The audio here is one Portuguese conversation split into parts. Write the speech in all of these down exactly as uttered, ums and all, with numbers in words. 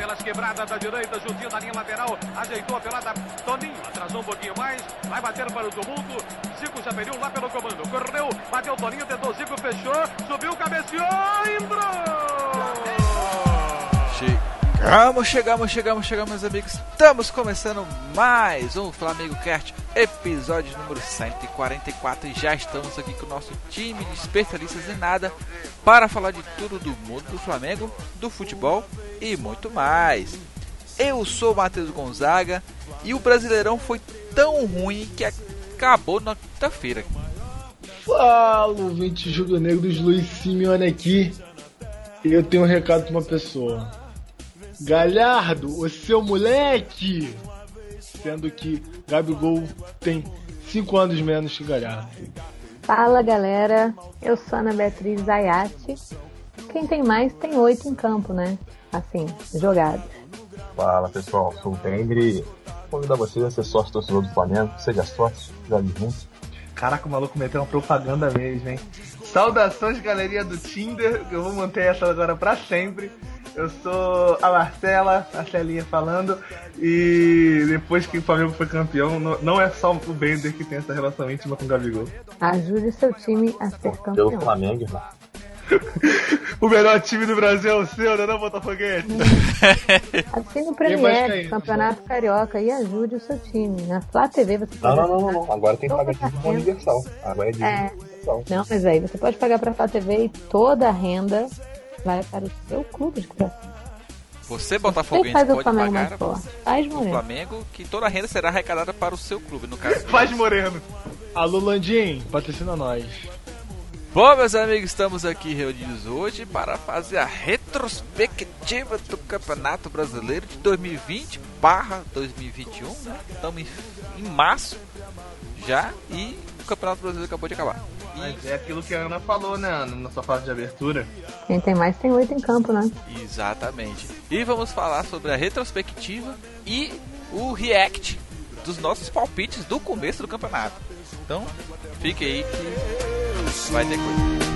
pelas quebradas da direita, juntinho da linha lateral, ajeitou a pelada, Toninho, atrasou um pouquinho mais, vai bater para o tumulto, Zico já perdeu lá pelo comando, correu, bateu Toninho, tentou Zico, fechou, subiu, cabeceou, entrou! Chegamos, chegamos, chegamos, chegamos, meus amigos, estamos começando mais um Flamengo Cast, episódio número cento e quarenta e quatro, e já estamos aqui com o nosso time de especialistas em nada para falar de tudo do mundo do Flamengo, do futebol e muito mais. Eu sou o Matheus Gonzaga e o Brasileirão foi tão ruim que acabou na quinta-feira. Fala, ouvinte rubro-negros, Luiz Simeone aqui. E eu tenho um recado para uma pessoa. Galhardo, o seu moleque! Sendo que Gabigol tem cinco anos menos que Galhardo. Fala, galera, eu sou Ana Beatriz Zayati. Quem tem mais tem oito em campo, né? Assim, jogados. Fala, pessoal, sou o Tendre. Convido você a ser sócio torcedor do Flamengo, seja sócio, jogue juntos. Caraca, o maluco meteu uma propaganda mesmo, hein? Saudações, galerinha do Tinder, eu vou manter essa agora pra sempre. Eu sou a Marcela, Marcelinha falando, e depois que o Flamengo foi campeão, não é só o Bender que tem essa relação íntima com o Gabigol. Ajude seu time a ser campeão. Pelo Flamengo, irmão. O melhor time do Brasil é o seu, não é não, Botafoguense? Assine o Premier do Campeonato Carioca e ajude o seu time. Na Flá T V você não, pode... Não, não, não, não. Agora tem que pagar dízimo universal. Agora é dízimo é... universal. Não, mas aí você pode pagar pra Flá T V e toda a renda vai para o seu clube de coração. Você, Botafoguense, faz pode o Flamengo pagar mais forte. Faz o Moreno. Flamengo, que toda a renda será arrecadada para o seu clube, no caso. Faz Moreno. Alô, Landim, patrocina nós. Bom, meus amigos, estamos aqui reunidos hoje para fazer a retrospectiva do Campeonato Brasileiro de dois mil e vinte barra dois mil e vinte e um, né? Estamos em, em março já e o Campeonato Brasileiro acabou de acabar. Mas é aquilo que a Ana falou, né, Ana, na sua fase de abertura. Quem tem mais tem oito em campo, né? Exatamente. E vamos falar sobre a retrospectiva e o react dos nossos palpites do começo do campeonato. Então, fique aí que vai ter coisa.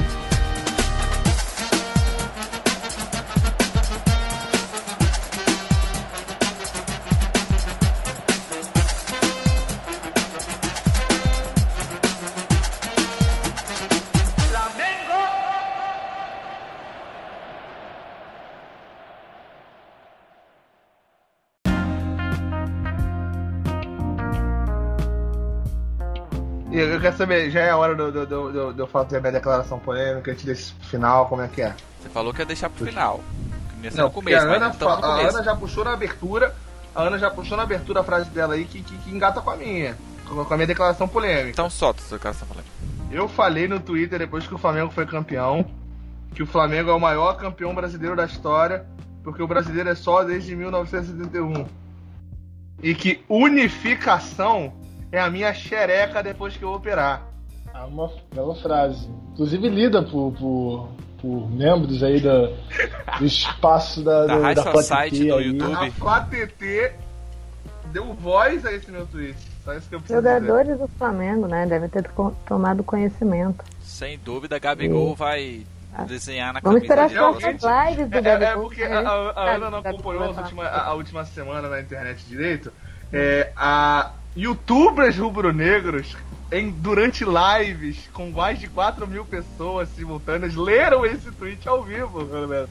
E eu quero saber, já é a hora de do, do, do, do eu fazer a minha declaração polêmica antes desse final, como é que é? Você falou que ia deixar pro final. Nesse não, no começo, a, Ana, mas então fa- a Ana já puxou na abertura, a Ana já puxou na abertura a frase dela aí que, que, que engata com a minha, com a minha declaração polêmica. Então solta a sua declaração polêmica. Eu falei no Twitter, depois que o Flamengo foi campeão, que o Flamengo é o maior campeão brasileiro da história, porque o brasileiro é só desde mil novecentos e setenta e um. E que unificação é a minha xereca depois que eu operar. É uma bela frase. Inclusive lida por, por, por membros aí da, do espaço da, da, do, High da Society do aí. YouTube. A Flá T T deu voz a esse meu tweet. Só isso que eu preciso Jogadores dizer. do Flamengo, né? Devem ter co- tomado conhecimento. Sem dúvida, Gabigol vai desenhar na Vamos camisa. esperar as próximas lives do É, é, Gabigol. é porque a, a, a Ana não acompanhou a última, a, a última semana na internet direito. É, a youtubers rubro-negros em, durante lives com mais de quatro mil pessoas simultâneas leram esse tweet ao vivo.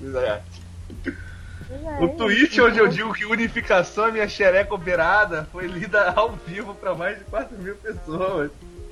O tweet onde eu digo que unificação é minha xereca operada foi lida ao vivo para mais de quatro mil pessoas.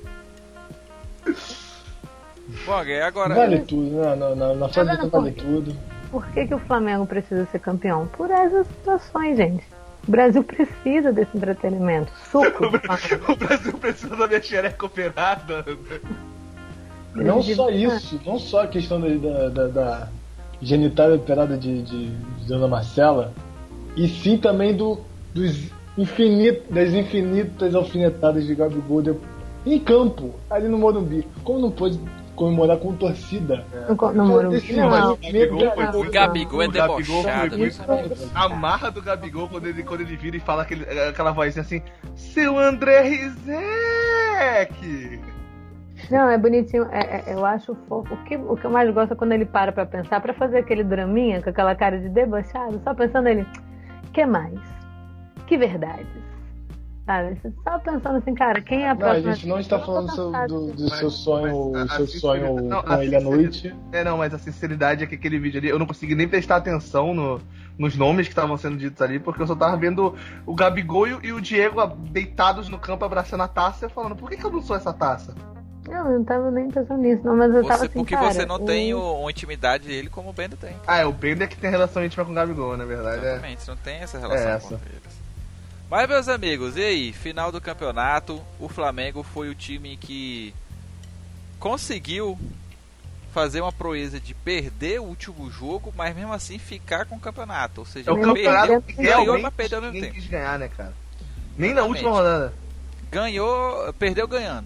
Bom, agora... Vale tudo, né? Na, na, na fase do vale tudo. Por que, que o Flamengo precisa ser campeão? Por essas situações, gente. O Brasil precisa desse entretenimento. Suco. O Brasil precisa da minha xereca operada. Não só isso, não só a questão da, da, da, da genitália operada de, de, de Dona Marcela, e sim também do, dos infinito, das infinitas alfinetadas de Gabigol de, em campo, ali no Morumbi. Como não pôde comemorar com torcida? No, no Morumbi, não. O Gabigol é debochado. A marra do Gabigol quando ele, quando ele vira e fala aquele, aquela vozinha assim: seu André Rizek! Não, é bonitinho, é, é, eu acho fofo. O que, o que eu mais gosto é quando ele para pra pensar, pra fazer aquele draminha com aquela cara de debochado, só pensando ele. que mais? Que verdades? Sabe? Você só pensando assim, cara, quem é a Não, a próxima? gente não está falando do seu, do, do seu sonho, mas a- seu a sonho sinceridade- não, com a ele à sinceridade- noite. É, não, mas a sinceridade é que aquele vídeo ali, eu não consegui nem prestar atenção no, nos nomes que estavam sendo ditos ali, porque eu só tava vendo o Gabigol e o- e o Diego deitados no campo abraçando a taça e eu falando, por que, que eu não sou essa taça? Não, eu não tava nem pensando nisso, não, mas eu tava Você, assim, porque cara, você não o- tem o- uma intimidade dele como o Bendo tem. Ah, é o Bender que tem relação íntima com o Gabigol, na verdade. É. Exatamente, você não tem essa relação É com essa. eles. Mas, meus amigos, e aí? Final do campeonato, o Flamengo foi o time que conseguiu fazer uma proeza de perder o último jogo, mas mesmo assim ficar com o campeonato. Ou seja, É o Mesmo campeonato perdendo, que ganhou, realmente mas perdeu ao mesmo ninguém tempo. quis ganhar, né, cara? Nem na Exatamente. última rodada. Ganhou, perdeu ganhando.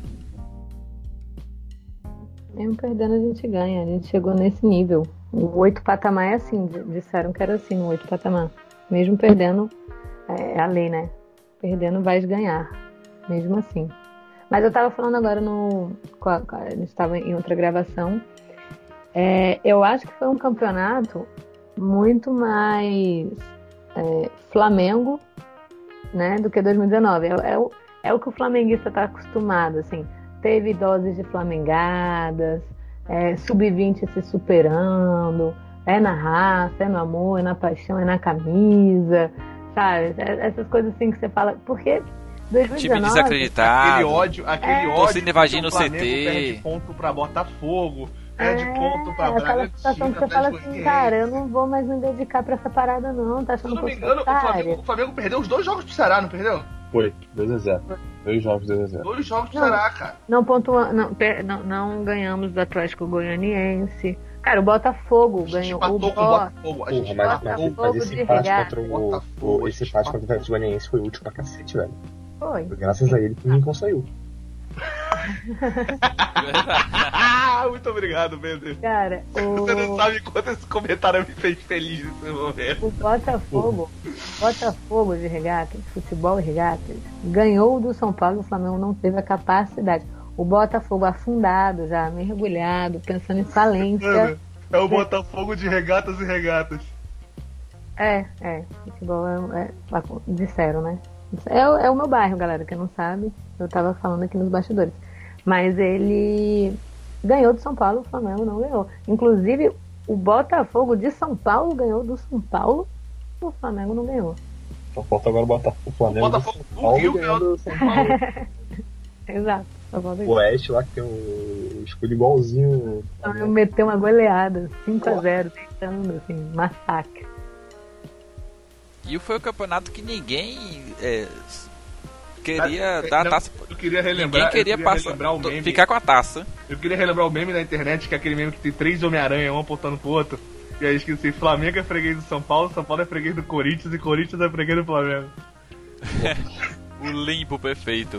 Mesmo perdendo a gente ganha, a gente chegou nesse nível. O oito patamar é assim, d- disseram que era assim no oito patamar. Mesmo perdendo, é a lei, né? Perdendo vais ganhar, mesmo assim. Mas eu tava falando agora no... com a- com a- a gente estava em outra gravação. É, eu acho que foi um campeonato muito mais é, Flamengo, né, do que dois mil e dezenove. É, é o, é o que o flamenguista tá acostumado, assim. Teve doses de flamengadas, é, sub vinte se superando, é na raça, é no amor, é na paixão, é na camisa, sabe? É- essas coisas assim que você fala. Porque dois mil e Time dezenove... desacreditado. Aquele ódio, aquele É. ódio. Torcida invadindo que o o Flamengo C T. perde ponto pra Botafogo, perde É, ponto pra aquela situação que você fala assim, cara, eu não vou mais me dedicar pra essa parada não, tá Se eu achando não que me eu sou engano, o otária? Flamengo, o Flamengo perdeu os dois jogos pro Ceará, não perdeu? Foi, dois a zero. Dois jogos, dois a zero. Dois jogos pro Não. Ceará, cara. Não, pontua, não, per- não, não ganhamos do Atlético Goianiense. Cara, o Botafogo A gente ganhou. empatou O com o Bo... Botafogo. A gente Porra, mas, empatou. mas, mas esse de empate regata. contra o, Botafogo, o. Esse empate contra o Atlético Goianiense foi útil pra cacete, velho. Foi. Foi graças a ele que o Lincoln saiu. Ah, muito obrigado, Bender. Cara, Você não o, sabe quanto esse comentário me fez feliz nesse momento. o Botafogo, Botafogo de regatas, futebol e regatas, ganhou do São Paulo, o Flamengo não teve a capacidade. O Botafogo afundado, já mergulhado, pensando em falência. Mano, é o Botafogo de regatas e regatas. É, é, futebol é, é, disseram, né? É, o- é o meu bairro, galera, quem não sabe, eu tava falando aqui nos bastidores. Mas ele ganhou do São Paulo, o Flamengo não ganhou. Inclusive, o Botafogo de São Paulo ganhou do São Paulo, o Flamengo não ganhou. Só falta agora botar o Flamengo O Botafogo do do São Paulo Rio ganhando o São Paulo. Exato. só falta O isso. Oeste lá que tem o escudo igualzinho. Flamengo meteu uma goleada, cinco a zero, tentando, assim, massacre. E foi o campeonato que ninguém é, queria Ah, dar a não, taça. Eu queria relembrar, Ninguém queria, eu queria passar, relembrar o meme. ficar com a taça. Eu queria relembrar o meme na internet, que é aquele meme que tem três Homem-Aranha, um apontando pro outro. E aí esqueci, Flamengo é freguês do São Paulo, São Paulo é freguês do Corinthians e Corinthians é freguês do Flamengo. O limpo perfeito.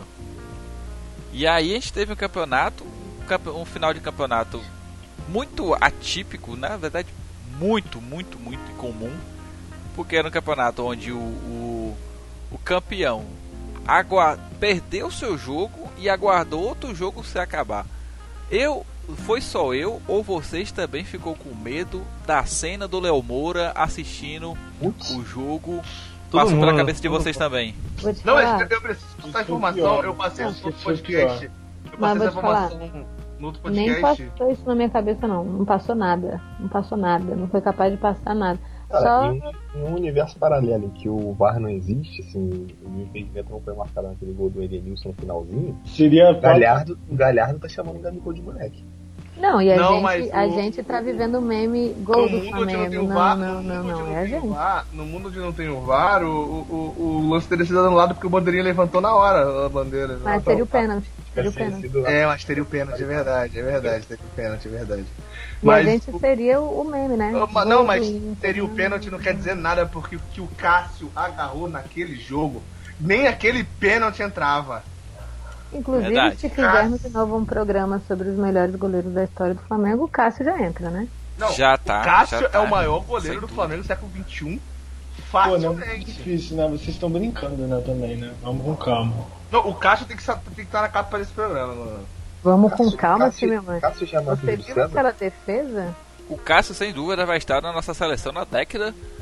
E aí a gente teve um campeonato, um, campe- um final de campeonato muito atípico, na verdade muito, muito, muito incomum, porque era um campeonato onde o, o, o campeão agua- perdeu seu jogo e aguardou outro jogo se acabar. Eu, foi só eu ou vocês também ficou com medo da cena do Léo Moura assistindo Putz, o jogo? Todo Passou pela mundo, cabeça de todo vocês mundo. também. Vou te Não, falar, mas eu preciso passar Isso foi informação, pior. eu passei Não, isso no outro isso foi podcast. Eu Mas passei vou essa te falar, informação no outro nem podcast. passou isso na minha cabeça, não. Não passou nada. Não passou nada. Não foi capaz de passar nada. cara, Só... em, em um universo paralelo em que o V A R não existe, assim, o impedimento não foi marcado naquele gol do Edenilson no finalzinho, Seria o Galhardo, o Galhardo tá chamando o Gabigol de moleque. Não, e a, Não, gente, mas a o- gente tá vivendo o meme gol No do mundo onde não tem Flamengo. o V Não, A R, não, no não, mundo não. onde É a tem o gente. V A R, no mundo onde não tem o V A R, o, o, o, o lance teria sido anulado porque o bandeirinha levantou na hora a bandeira. Mas seria o pênalti. Seria o Tivesse pênalti. sido- É, mas teria o pênalti, é verdade, é verdade, teria o pênalti, é verdade. E a gente seria o, o meme, né? Ah, mas Gol não, do mas Inter, teria o né? pênalti não quer dizer nada, porque o que o Cássio agarrou naquele jogo, nem aquele pênalti entrava. Inclusive, Verdade. se fizermos de novo um programa sobre os melhores goleiros da história do Flamengo, o Cássio já entra, né? Não, Já tá, o Cássio já tá. é o maior Sem goleiro do dúvida. Flamengo do século vinte e um, Pô, não é muito facilmente. difícil, né? Vocês estão brincando, né, também, né? Vamos com calma. Não, o Cássio tem que, sa- tem que estar na capa desse programa, mano. Vamos com Cássio- calma, Cássio- time mãe. Cássio já é mais Você do viu César. aquela defesa? O Cássio, sem dúvida, vai estar na nossa seleção na década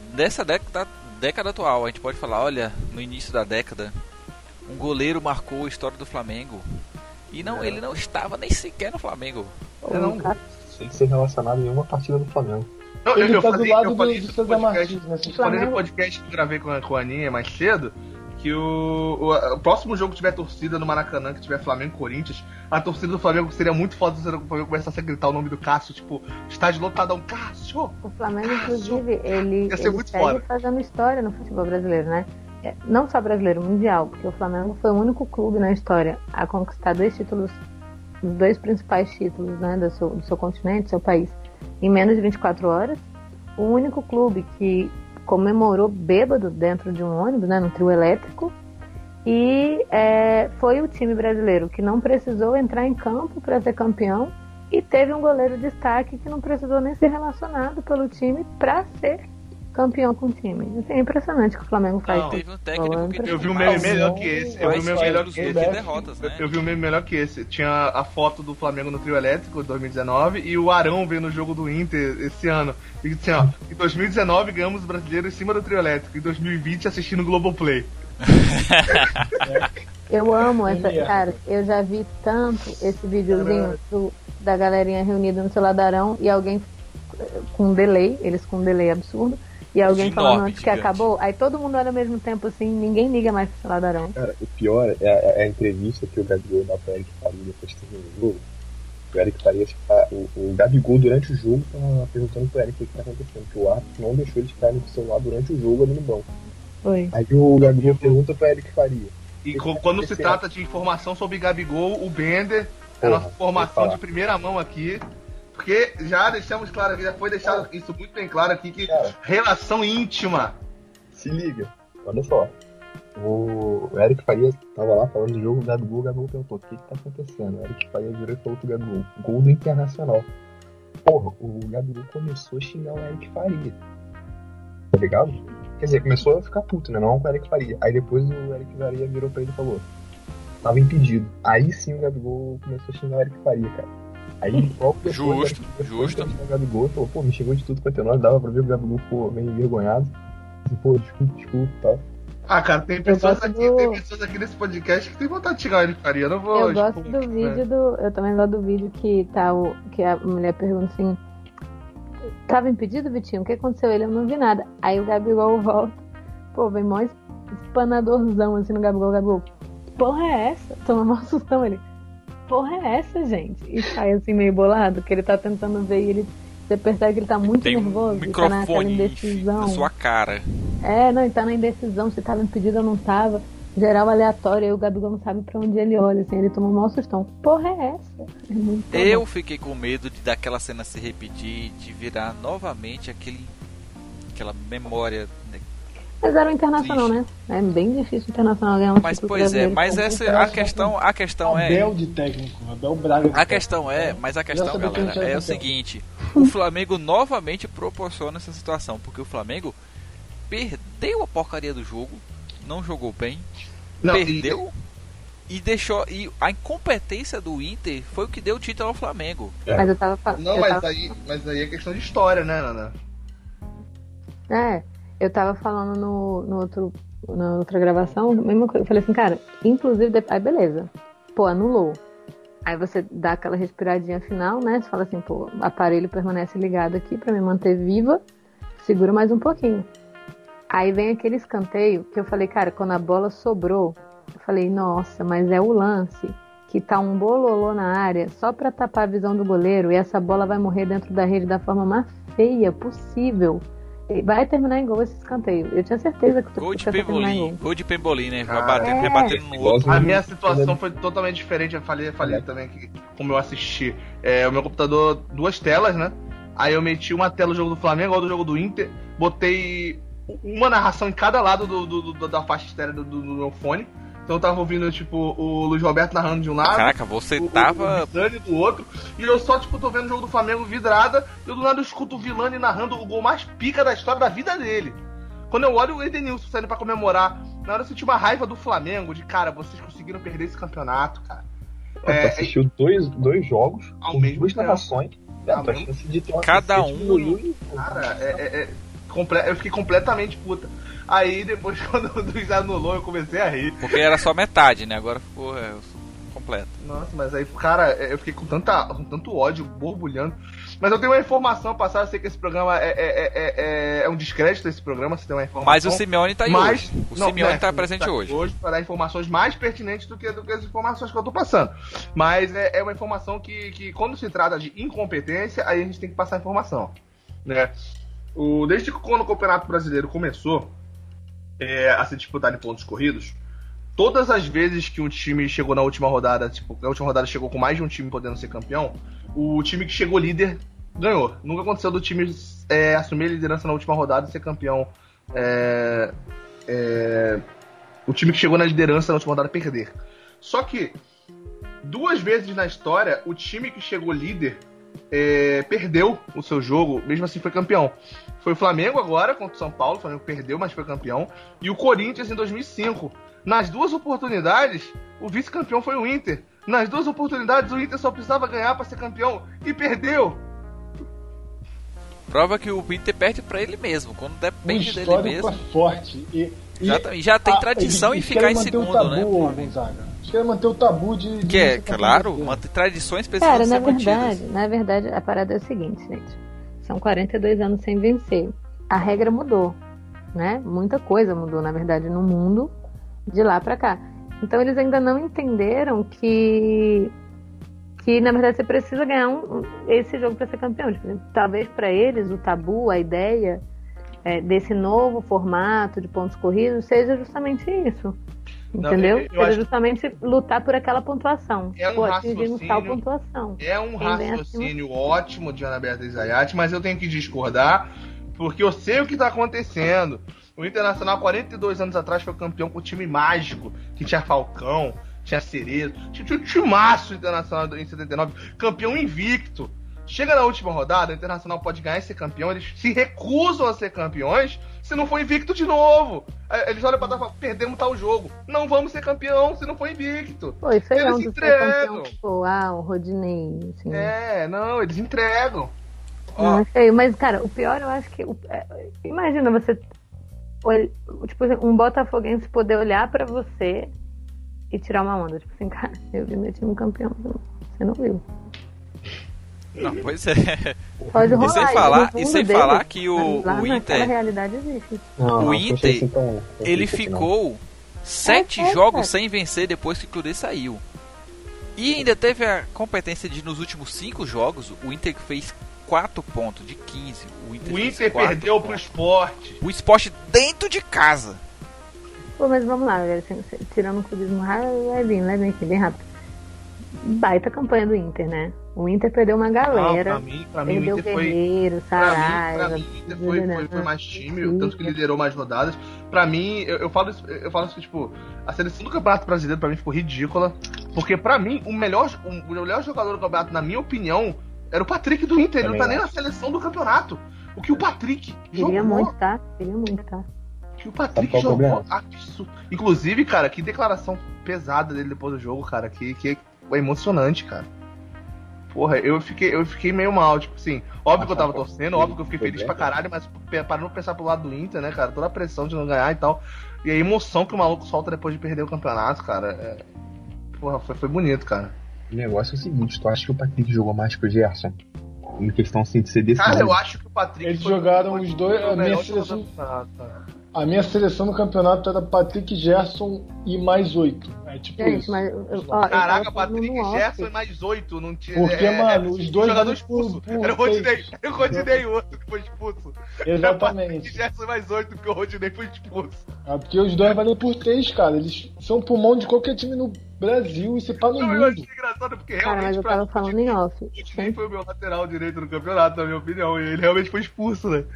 dessa década, década atual, a gente pode falar, olha, no início da década, um goleiro marcou a história do Flamengo. E não, é. ele não estava nem sequer no Flamengo. Eu não, sem ser relacionado a nenhuma partida do Flamengo. Não, ele eu, tá eu falei, do lado eu falei do, isso do no podcast, Martins, né? eu falei no podcast que eu gravei com a, com a Aninha mais cedo, que o, o, o próximo jogo que tiver torcida no Maracanã, que tiver Flamengo e Corinthians, a torcida do Flamengo seria muito foda se o Flamengo começasse a gritar o nome do Cássio, tipo, estádio lotadão, Cássio! O Flamengo, Cássio. inclusive, ele, Ia ser ele muito segue foda. fazendo história no futebol brasileiro, né? É, não só brasileiro, mundial, porque o Flamengo foi o único clube na história a conquistar dois títulos, os dois principais títulos, né, do seu, do seu continente, do seu país, em menos de vinte e quatro horas. O único clube que comemorou bêbado dentro de um ônibus, né, no trio elétrico. E é, foi o time brasileiro que não precisou entrar em campo para ser campeão. E teve um goleiro de destaque que não precisou nem ser relacionado pelo time para ser campeão com o time. Assim, é impressionante o que o Flamengo faz. Não, teve um técnico que Eu vi um mais meme melhor que esse. Eu vi um meme melhor que esse. derrotas, né? Eu vi um meme melhor que esse. Tinha a foto do Flamengo no trio elétrico de dois mil e dezenove e o Arão vendo o jogo do Inter esse ano. E assim, ó, em dois mil e dezenove ganhamos o brasileiro em cima do trio elétrico. Em dois mil e vinte assistindo o Globoplay. Eu amo essa, cara, eu já vi tanto esse videozinho do, da galerinha reunida no celular do Arão e alguém com um delay, eles com um delay absurdo, e alguém Enorme, falando antes que gigante. acabou, aí todo mundo olha ao mesmo tempo assim, ninguém liga mais pro celular do Arão. Cara, o pior é a, é a entrevista que o Gabigol dá pro Eric Faria depois que termina o jogo. O Eric Faria, o, o Gabigol durante o jogo tava perguntando pro Eric o que tá acontecendo, que o árbitro não deixou ele ficar no celular durante o jogo ali no banco. Foi. Aí o Gabigol pergunta pro Eric Faria. E co- quando se trata de informação sobre Gabigol, o Bender é a Porra, nossa informação vou de primeira mão aqui. Porque já deixamos claro aqui, já foi deixado isso muito bem claro aqui, que Cara. relação íntima. Se liga, olha só. O Eric Faria tava lá falando do jogo, o Gabigol, o Gabigol perguntou: o que que tá acontecendo? O Eric Faria virou e falou pro Gabigol: gol do Internacional. Porra, o Gabigol começou a xingar o Eric Faria. Tá ligado? Quer dizer, começou a ficar puto, né? Não com o Eric Faria. Aí depois o Eric Faria virou pra ele e falou: tava impedido. Aí sim o Gabigol começou a xingar o Eric Faria, cara. Aí logo depois, Justo, depois justo. o Gabigol falou: pô, me xingou de tudo quanto é nós, dava pra ver que o Gabigol ficou meio envergonhado. Assim, pô, desculpa, desculpa e tal. Ah, cara, tem pessoas gosto aqui, do- tem pessoas aqui nesse podcast que tem vontade de xingar o Eric Faria. Eu não vou. Eu gosto tipo, do né? vídeo do. Eu também gosto do vídeo que tá o. Que a mulher pergunta assim. Tava impedido, Vitinho? O que aconteceu? Ele, eu não vi nada. Aí o Gabigol volta. Pô, vem mó espanadorzão assim no Gabigol. Gabigol, porra é essa? Toma mó sustão ele. Porra é essa, gente? E sai assim meio bolado, que ele tá tentando ver e ele. Você percebe que ele tá muito Tem um nervoso. e tá naquela microfone indecisão. na sua cara. É, não, ele tá na indecisão, se tava impedido ou não tava. Geral aleatório, aí o Gabigol não sabe pra onde ele olha, assim, ele toma um maior sustão. Porra é essa? É muito Eu bom. fiquei com medo de daquela cena se repetir, de virar novamente aquele, aquela memória. Né? Mas era o Internacional, Triste. né? É bem difícil o Internacional ganhar um Mas título pois é, brasileiro mas com- essa a questão, a questão é, Abel de técnico, Abel Braga de a técnico. questão é, mas a questão, sabia que a gente galera, era é o campeão. seguinte: o Flamengo novamente proporciona essa situação, porque o Flamengo perdeu a porcaria do jogo, não jogou bem, Não, perdeu e deixou, e a incompetência do Inter foi o que deu o título ao Flamengo. Mas eu tava falando. Não, mas aí, mas aí é questão de história, né, Nana? É, eu tava falando no, no outro, na outra gravação, mesma coisa. Eu falei assim, cara, inclusive, de- aí beleza. Pô, anulou. Aí você dá aquela respiradinha final, né? Você fala assim, pô, o aparelho permanece ligado aqui pra me manter viva. Segura mais um pouquinho. Aí vem aquele escanteio que eu falei, cara, quando a bola sobrou, eu falei, nossa, mas é o lance que tá um bololô na área só pra tapar a visão do goleiro e essa bola vai morrer dentro da rede da forma mais feia possível. E vai terminar em gol esse escanteio. Eu tinha certeza que Gol de ia terminar em Pembolim, gol. gol de Pembolim, né? Vai Ah, batendo, é. vai batendo no outro. A minha situação foi totalmente diferente. Eu falei, falei também que como eu assisti. É, o meu computador, duas telas, né? Aí eu meti uma tela do jogo do Flamengo, outra do jogo do Inter. Botei uma narração em cada lado do, do- do- da faixa estéreo do, do meu fone. Então eu tava ouvindo, tipo, o Luiz Roberto narrando de um lado. Caraca, você o, tava. o Vilani do outro. E eu só, tipo, tô vendo o jogo do Flamengo vidrada. E eu do nada eu escuto o Vilani narrando o gol mais pica da história da vida dele. Quando eu olho o Edenilson saindo pra comemorar, na hora eu senti uma raiva do Flamengo, de cara, vocês conseguiram perder esse campeonato, cara. Pô, É, tu assistiu dois, dois jogos Ao com mesmo duas tempo. narrações. É, Ao tua mesmo- chance de ter uma Cada cacete um- diminuiu, Cara, é, é- é- Comple- eu fiquei completamente puta. Aí depois, quando o juiz anulou, eu comecei a rir. Porque era só metade, né? Agora ficou é, completo. Nossa, mas aí, cara, eu fiquei com, tanta, com tanto ódio, borbulhando. Mas eu tenho uma informação a passar, eu sei que esse programa é, é, é, é, é um descrédito esse programa, você tem uma informação. Mas o Simeone tá aí mas, hoje. O não, Simeone né, tá presente tá hoje. Hoje para dar informações mais pertinentes do que, do que as informações que eu tô passando. Mas é, é uma informação que, que, quando se trata de incompetência, aí a gente tem que passar a informação. Né? O, desde que quando o Campeonato Brasileiro começou é, a ser disputado em pontos corridos, todas as vezes que um time chegou na última rodada, tipo, na última rodada chegou com mais de um time podendo ser campeão, o time que chegou líder ganhou. Nunca aconteceu do time é, assumir a liderança na última rodada e ser campeão. É, é, o time que chegou na liderança na última rodada perder. Só que, duas vezes na história, o time que chegou líder é, perdeu o seu jogo, mesmo assim foi campeão. Foi o Flamengo agora contra o São Paulo, o Flamengo perdeu, mas foi campeão. E o Corinthians em dois mil e cinco. Nas duas oportunidades, o vice-campeão foi o Inter. Nas duas oportunidades, o Inter só precisava ganhar para ser campeão e perdeu. Prova que o Inter perde pra ele mesmo, quando depende dele mesmo. É forte. E, e já, já tem tradição a, em ficar em segundo, tabu, né? Gonzaga. Eles querem manter o tabu de. de que é, claro, manter tradições precisam Cara, ser na verdade, mantidas. na verdade, a parada é a seguinte, gente. São quarenta e dois anos sem vencer. A regra mudou, né? Muita coisa mudou, na verdade, no mundo de lá pra cá. Então eles ainda não entenderam que que na verdade você precisa ganhar um, esse jogo para ser campeão. Tipo, talvez para eles o tabu, a ideia é, desse novo formato de pontos corridos seja justamente isso. Entendeu? Não, eu, eu seja acho justamente lutar por aquela pontuação. É um Pô, atingimos tal raciocínio, pontuação. é um Quem vem raciocínio acima... ótimo de Ana Beatriz Ayati, mas eu tenho que discordar, porque eu sei o que está acontecendo. O Internacional, quarenta e dois anos atrás, foi campeão com um time mágico, que tinha Falcão, tinha Cerezo, tinha, tinha um timaço Internacional em setenta e nove, campeão invicto. Chega na última rodada, o Internacional pode ganhar e ser campeão, eles se recusam a ser campeões se não for invicto de novo. Eles olham pra trás e falam, perdemos tal jogo. Não vamos ser campeão se não for invicto. Pô, isso aí eles não, entregam. Tipo, ah, o Rodinei, assim. É, não, eles entregam. Não, é feio, mas, cara, o pior eu acho que... É, imagina você... Tipo, um botafoguense poder olhar pra você e tirar uma onda. Tipo assim, cara, eu vi meu time campeão. Você não viu. Não, pois é. Pode rolar, e sem falar, e e sem dele, falar que o, lá o Inter... realidade existe. Não, o não, Inter, assim tão, ele assim, ficou sete é, é, jogos cara. sem vencer depois que o Cudê saiu. E ainda teve a competência de, nos últimos cinco jogos, o Inter fez quatro pontos de quinze. O Inter, O Inter perdeu pontos. pro Sport. O Sport dentro de casa. Pô, mas vamos lá, galera. Assim, tirando o clubismo levinho, levinho aqui, bem rápido. Baita campanha do Inter, né? O Inter perdeu uma galera. Não, pra mim, pra mim perdeu o Inter foi... Guerreiro, Pra mim, Saraiva, pra mim, o Inter foi, foi, foi mais time, tanto que liderou mais rodadas. Pra mim, eu, eu falo isso, eu falo isso que, tipo, a seleção do Campeonato Brasileiro pra mim ficou ridícula. Porque pra mim, o melhor, o melhor jogador do campeonato, na minha opinião, era o Patrick do Inter. Ele não tá nem na seleção do campeonato. O que o Patrick jogou... Queria muito, tá? Queria muito, tá? O que o Patrick jogou... Absurdo. Inclusive, cara, que declaração pesada dele depois do jogo, cara. Que, que é emocionante, cara. Porra, eu fiquei, eu fiquei meio mal, tipo assim, óbvio que eu tava torcendo, óbvio que eu fiquei feliz pra caralho, mas para não pensar pro lado do Inter, né, cara, toda a pressão de não ganhar e tal, e a emoção que o maluco solta depois de perder o campeonato, cara, é... porra, foi, foi bonito, cara. O negócio é o seguinte, tu acha que o Patrick jogou mais que o Gerson? Em questão, assim, de ser decisivo? Cara, eu acho que o Patrick... Eles jogaram os dois, a minha seleção... A minha seleção no campeonato era Patrick, Gerson e mais oito. É tipo Gente, isso. Mas, eu, ó, Caraca, Patrick, Gerson e mais oito. Não tinha, Porque, é, mano, é, os dois... jogador expulso. Por, por era o Rodinei. Era o Rodinei o outro que foi expulso. Exatamente. Patrick, Gerson e mais oito, porque o Rodinei foi expulso. É porque os dois valem por três, cara. Eles são pulmão de qualquer time no Brasil e se pá no não, mundo. eu achei engraçado porque realmente... Cara, mas eu pra tava mim, falando o em off. O Rodinei foi o meu lateral direito no campeonato, na minha opinião. E ele realmente foi expulso, né?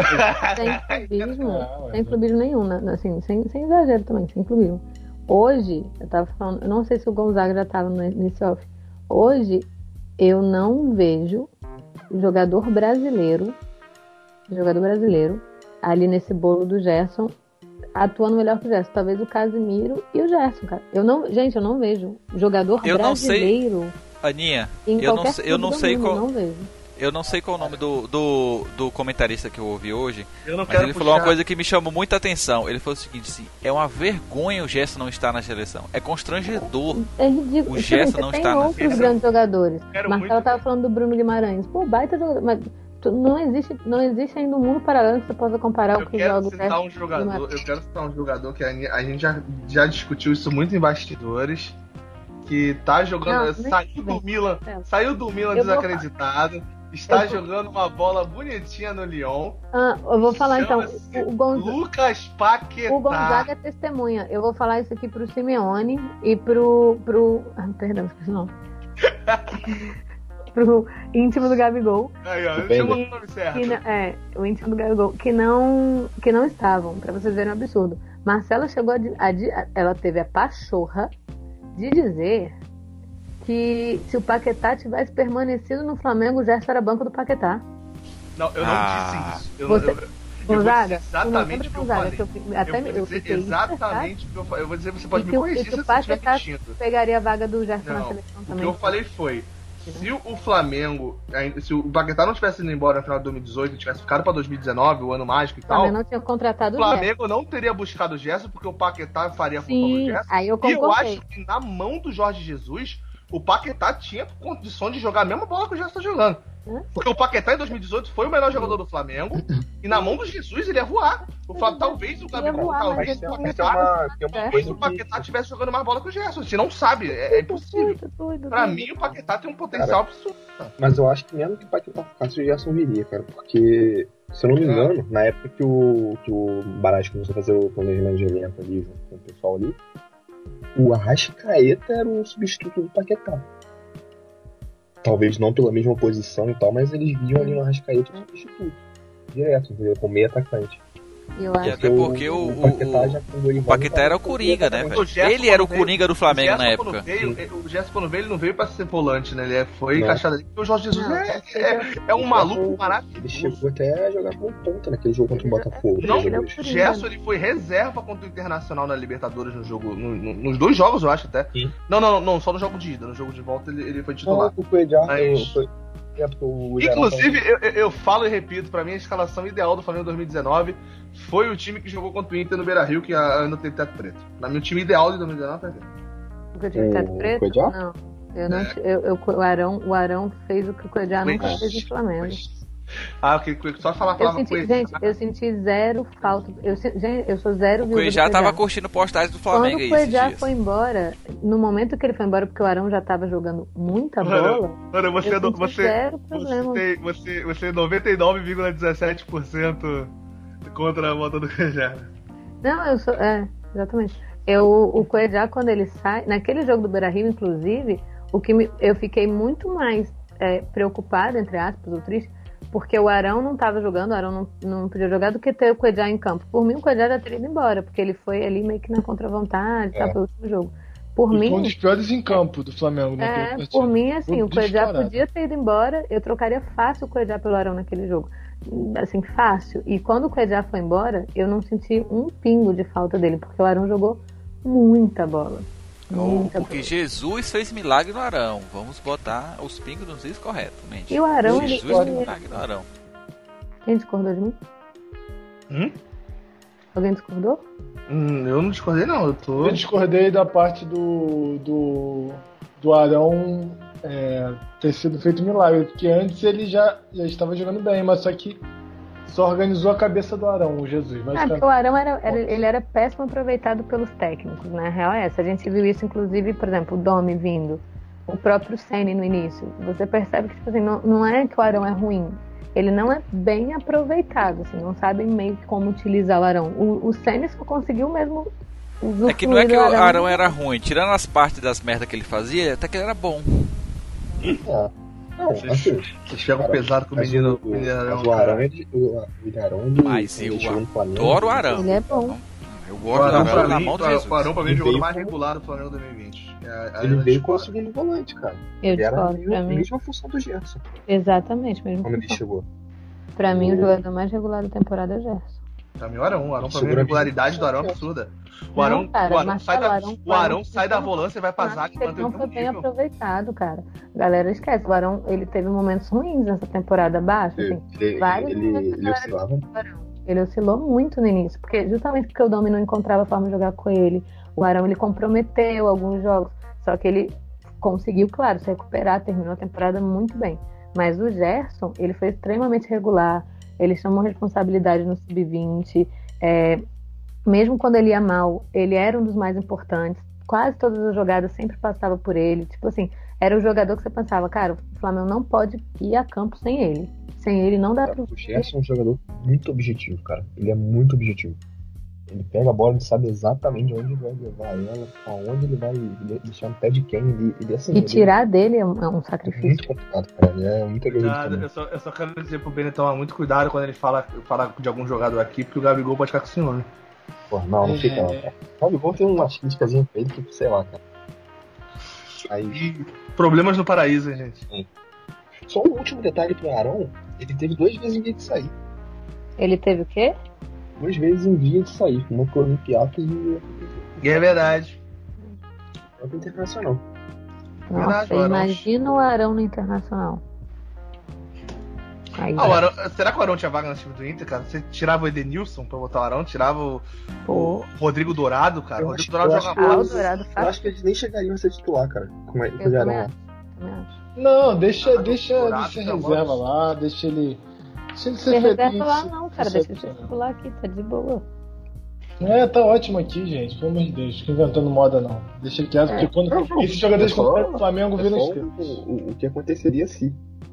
Sem clubismo, sem clubismo nenhum, né? Assim, sem, sem exagero também, sem clubismo. Hoje, eu tava falando, eu não sei se o Gonzaga já tava nesse off. Hoje, eu não vejo jogador brasileiro, jogador brasileiro, ali nesse bolo do Gerson, atuando melhor que o Gerson. Talvez o Casimiro e o Gerson, cara. Eu não, gente, eu não vejo jogador eu brasileiro. Não sei, Aninha, em eu não, qualquer eu não sei mundo, qual. não vejo. eu não sei qual é o nome do, do, do comentarista que eu ouvi hoje, Eu não mas quero ele puxar. falou uma coisa que me chamou muita atenção. Ele falou o seguinte, assim, é uma vergonha o Gerson não estar na seleção. É constrangedor. É ridículo. O Tipo, Gerson você não tem está na outros seleção. grandes jogadores. Quero Marcelo muito tava ver. falando do Bruno Guimarães. Pô, baita jogador. Mas tu- não existe, não existe ainda um mundo paralelo que você possa comparar Eu o que quero joga o citar Gerson um jogador, Guimarães. eu quero citar um jogador que a, a gente já, já discutiu isso muito em bastidores, que tá jogando, Não, nem saiu do bem. Milan, É. saiu do Milan Eu vou desacreditado, está Eu vou- jogando uma bola bonitinha no Lyon. Ah, eu vou falar então. Chama-se O, o Gonza- Lucas Paquetá. O Gonzaga é testemunha. Eu vou falar isso aqui pro Simeone e pro. pro... Ah, perdão, esqueci o nome. Pro íntimo do Gabigol. Aí, ó, Bem, chama que- o nome certo. Que, não- é, o íntimo do Gabigol. Que não, que não estavam, pra vocês verem um absurdo. Marcela chegou a, di- a di- ela teve a pachorra de dizer que se o Paquetá tivesse permanecido no Flamengo, o Gerson era banco do Paquetá. Não, eu não Ah. disse isso. Eu, Você- eu, eu vou Gonzaga, dizer tu não exatamente lembra, o que eu Gonzaga, falei. que eu fi- até eu me- vou eu dizer fiquei exatamente o que eu falei. Eu vou dizer, você pode E me que o- corrigir e que se o eu estiver Paquetá mentindo. pegaria a vaga do Gerson na Não, seleção o que também. eu falei foi, se o Flamengo, se o Paquetá não tivesse ido embora no final de dois mil e dezoito e tivesse ficado pra dois mil e dezenove, o ano mágico e O tal, Flamengo não tinha contratado o o Gerson. Flamengo não teria buscado o Gerson porque o Paquetá faria a função do Sim, Gerson. aí eu E eu concordei. acho que na mão do Jorge Jesus, o Paquetá tinha condição de jogar a mesma bola que o Gerson tá jogando. Hã? Porque o Paquetá em dois mil e dezoito foi o melhor jogador do Flamengo e na mão do Jesus ele ia voar. O Flamengo, talvez o Ia Gabigol, voar, mas talvez ele tem não uma, ia tem uma, tem uma É. talvez coisa o Paquetá que... estivesse jogando mais bola que o Gerson. A gente não sabe, é, é impossível. Doido, doido, Pra doido. mim, o Paquetá tem um potencial absurdo. Mas eu acho que mesmo que o Paquetá ficasse, o Gerson viria, cara. Porque, se eu não me engano, na época que o, que o Barás começou a fazer o planejamento de elenco ali, junto com o pessoal ali, o Arrascaeta era o substituto do Paquetá. Talvez não pela mesma posição e tal, mas eles viam ali no Arrascaeta o substituto. Direto, entendeu? Com meio atacante. Eu E acho até porque o, o, Paquetá o, já com Dorival, o Paquetá era o já Coringa, né, tava- velho? O Gerson, Ele era o quando veio- Coringa do Flamengo o na Gerson, quando época. veio, o Gerson, quando veio, ele não veio pra ser volante, né? Ele é- foi Não. encaixado ali. Porque o Jorge Jesus Não, é, ele é, é um maluco Ele maravilhoso. chegou até a jogar como ponta naquele jogo contra o Botafogo. Não, Ele é o Jesus. o Coringa, Gerson né? ele foi reserva contra o Internacional na Libertadores no jogo, no- no- nos dois jogos, eu acho até. Sim. Não, não, não, só no jogo de ida. No jogo de volta ele, ele foi titular. Não, o Cuejá Mas- foi... é, porque o Gerson- Inclusive, eu, eu- eu falo e repito, pra mim a escalação ideal do Flamengo dois mil e dezenove foi o time que jogou contra o Inter no Beira-Rio, que ainda teve teto preto. Pra mim o time ideal de dois mil e dezenove foi aquele. Porque eu tive teto O preto? Cuejá? Não. Eu não, É. ti- eu, eu- o, Arão, o Arão fez o que o Cuejá nunca Mas- fez no Flamengo. Ah, ok, só falar a Eu palavra senti, Cuejá. gente, eu senti zero falta. Eu, se- gente, eu sou zero O viúva do Cuejá tava Cuejá. curtindo postagens do Quando Flamengo o aí esses Cuejá dias. foi embora, no momento que ele foi embora, porque o Arão já tava jogando muita bola, Mano, você, eu não- senti você, zero você, problema. tem, você, você é noventa e nove vírgula dezessete por cento contra a volta do Cuejá. Não, eu sou. É, exatamente. Eu, o Cuejá, quando ele sai. Naquele jogo do Beira-Rio, inclusive, o que me, eu fiquei muito mais é, preocupada, entre aspas, ou triste, porque o Arão não estava jogando, o Arão não, não podia jogar, do que ter o Cuejá em campo. Por mim, o Cuejá já teria ido embora, porque ele foi ali meio que na contra-vontade, É. tá, pelo último jogo. Por E mim. foi um dos piores em campo do Flamengo, né? É, por mim, assim, o Cuejá disparado. podia ter ido embora, eu trocaria fácil o Cuejá pelo Arão naquele jogo. Assim, fácil. E quando o Cuejá foi embora, eu não senti um pingo de falta dele, porque o Arão jogou muita bola. Oh, Muita porque bola. Jesus fez milagre no Arão. Vamos botar os pingos nos is corretamente. E o Arão, ele, Jesus fez ele... milagre no Arão. Quem discordou de mim? Hum? Alguém discordou? Hum, eu não discordei, não. Eu tô. Eu discordei da parte do, do, do Arão é, ter sido feito milagre, porque antes ele já, já estava jogando bem, mas só que só organizou a cabeça do Arão, o Jesus. Ah, basicamente. porque o Arão era, era- ele era péssimo aproveitado pelos técnicos, né? A real é essa. A gente viu isso, inclusive, por exemplo, o Domi vindo, o próprio Ceni no início. Você percebe que, tipo assim, não, não é que o Arão é ruim. Ele não é bem aproveitado, assim, não sabem meio que como utilizar o Arão. O, o Ceni só conseguiu mesmo usufruir É que não é que do o Arão era ruim.Tirando as partes das merdas que ele fazia, até que ele era bom. É. Não, assim, Vocês pegam pesado com o mas menino. o, o menino Arão, mas o cara. Arão, ele, o, o Arão, ele, Mas ele eu chegou no Flamengo, adoro o Arão. Ele é bom. Eu O gosto do Arão, Arão pra na mim, mão do o Jesus. Arão, pra mim, é o Ele jogador veio mais com- regular do Flamengo dois mil e vinte. É, a- a- Ele a- veio a- com o segundo volante, cara. Eu Ele era discordo, pra a mim. mesma função do Gerson, Exatamente, mesmo. quando ele chegou. Pra mim, o jogador mais regular da temporada é o Gerson. Pra mim, o Arão. O Arão, pra mim, a regularidade do Arão é absurda. O Arão, não, cara, o Arão Marcelo, sai da, Arão, o Arão Arão, sai da volância e vai pra zaga. Ele não foi bem aproveitado, cara. A galera esquece. O Arão, ele teve momentos ruins nessa temporada baixa. Assim, ele, vários ele, momentos ele oscilava. Ele oscilou muito no início, porque justamente porque o Domi não encontrava forma de jogar com ele. O Arão, ele comprometeu alguns jogos, só que ele conseguiu, claro, se recuperar, terminou a temporada muito bem. Mas o Gerson, ele foi extremamente regular, ele chamou responsabilidade no sub vinte, é, mesmo quando ele ia mal, ele era um dos mais importantes, quase todas as jogadas sempre passava por ele, tipo assim, era o jogador que você pensava, cara, o Flamengo não pode ir a campo sem ele. Sem ele não dá pra... O Gerson é um jogador muito objetivo, cara. Ele é muito objetivo. Ele pega a bola e sabe exatamente onde ele vai levar ela, aonde ele vai deixar no pé de quem. Ele, ele, assim, e ele tirar dele é um, é um sacrifício. É muito complicado, cara. Ele é muito agressivo. Eu só, eu só quero dizer pro Benê tomar muito cuidado quando ele fala, fala de algum jogador aqui, porque o Gabigol pode ficar com ciúme. Pô, não, não fica, não, cara. O Gabigol tem uma críticazinha pra ele que, sei lá, cara. Aí... E problemas no paraíso, hein, gente. Sim. Só um último detalhe pro Arão, ele teve duas vezes em via de sair. Ele teve o quê? Duas vezes em via de sair, uma com o Olympiacos e... E é verdade. É o Internacional. Nossa, Verdade, o Arão. imagina o Arão no Internacional. Aí, Ah, o Arão, será que o Arão tinha vaga no time do Inter, cara? Você tirava o Edenilson pra botar o Arão, tirava o, o Rodrigo Dourado, cara. O Rodrigo Dourado joga Ah, bola. o Dourado Eu faz. acho que eles nem chegariam a ser titular, cara. Como é que Eu o também Arão acho, também acho. Não, deixa, Ah, deixa, dourado, deixa tá reserva bom. lá, deixa ele. Deixa ele ser Tem feliz. reserva lá não, cara. Isso Deixa é- ele circular aqui, tá de boa. É, tá ótimo aqui, gente. Pelo amor de Deus, fica inventando moda não. Deixa ele quieto, porque quando esses jogadores completam o Flamengo É viram só esquerda. o, o, o que aconteceria se.